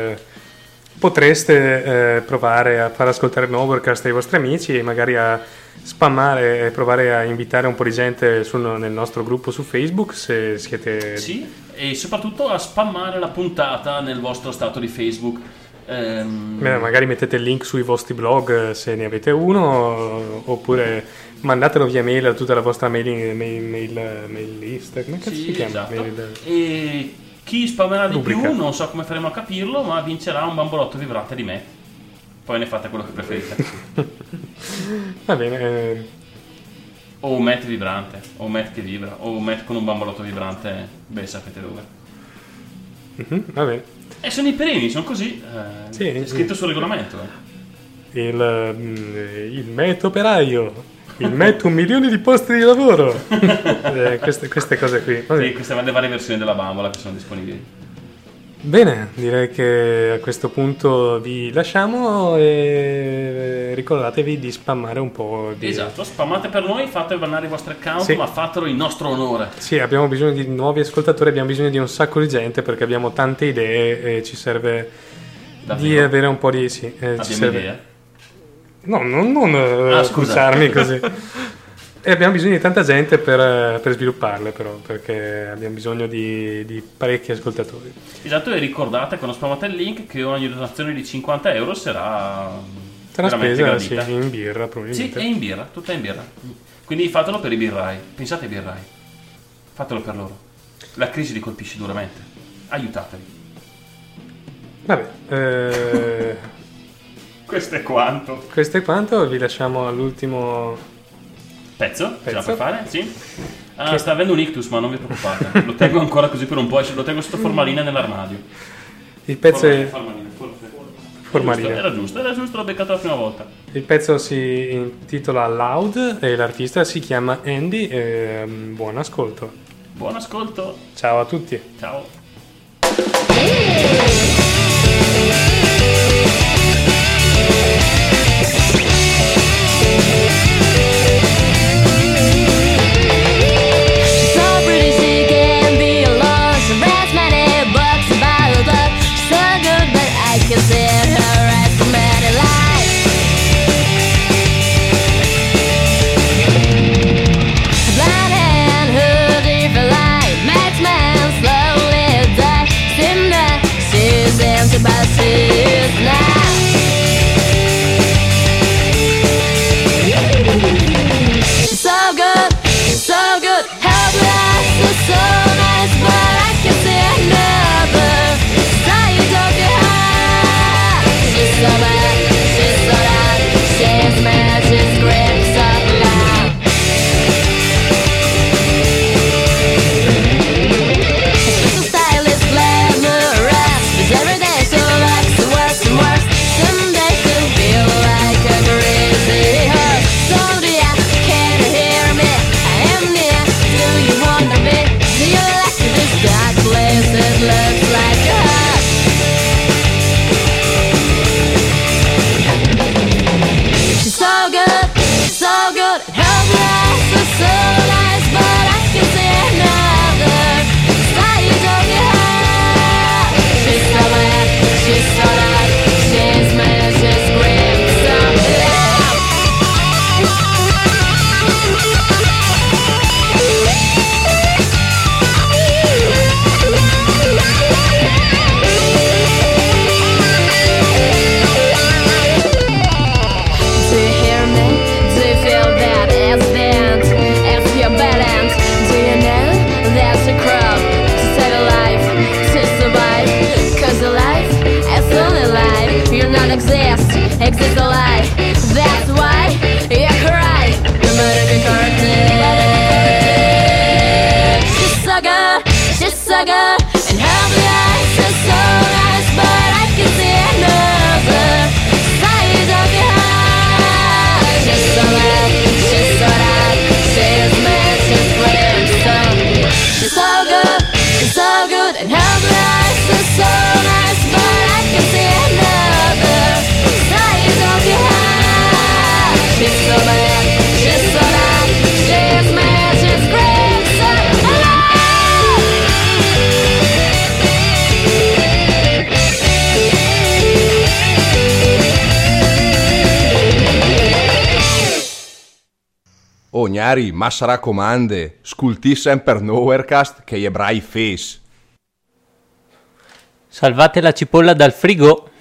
potreste provare a far ascoltare Nowherecast ai vostri amici e magari a spammare e provare a invitare un po' di gente nel nostro gruppo su Facebook se siete... Sì, e soprattutto a spammare la puntata nel vostro stato di Facebook. Magari mettete il link sui vostri blog se ne avete uno, oppure mandatelo via mail a tutta la vostra mail list. Come cazzo si chiama? Esatto. E chi spammerà di più, non so come faremo a capirlo, ma vincerà un bambolotto vibrante di me. Poi ne fate quello che preferite. Va bene. O Matt vibrante, o Matt che vibra, o Matt con un bambolotto vibrante, beh, sapete dove. Va bene. E sono i premi, sono così. Sì, è scritto sul regolamento. Il Met operaio. Il Met 1 milione di posti di lavoro. Queste cose qui. Sì, queste sono le varie versioni della bambola che sono disponibili. Bene, direi che a questo punto vi lasciamo e ricordatevi di spammare un po'. Esatto, spammate per noi, fate bannare i vostri account, sì. Ma fatelo in nostro onore. Sì, abbiamo bisogno di nuovi ascoltatori, abbiamo bisogno di un sacco di gente perché abbiamo tante idee e ci serve di avere un po' di... Sì, abbiamo idee? No, non scusarmi così. E abbiamo bisogno di tanta gente per svilupparle, però, perché abbiamo bisogno di parecchi ascoltatori. Esatto, e ricordate quando spammate il link che ogni donazione di 50 euro sarà spesa in birra, probabilmente. Sì, è in birra, tutta in birra. Quindi fatelo per i birrai, pensate ai birrai, fatelo per loro. La crisi li colpisce duramente, aiutateli. Vabbè, questo è quanto. Vi lasciamo all'ultimo Pezzo? Ce la puoi fare? Sì. Sta avendo un ictus, ma non vi preoccupate. Lo tengo ancora così per un po', lo tengo sotto formalina nell'armadio. Il pezzo è... Formalina. Era giusto, l'ho beccato la prima volta. Il pezzo si intitola Loud e l'artista si chiama Andy. Buon ascolto. Buon ascolto. Ciao a tutti. Ciao. Exist alive, that's why you cry. You murder the curtain. She's so good, and her eyes are so nice, but I can see another side of your heart. She's so bad, she's so bad, she's mad, she's brimstone. She's so good, and her eyes are so nice, but I can see another. She's so bad, she's so bad, she's mad, she's great, so Oh Gnari, ma si raccomande, sculti sempre Nowherecast che gli ebrai face. Salvate la cipolla dal frigo.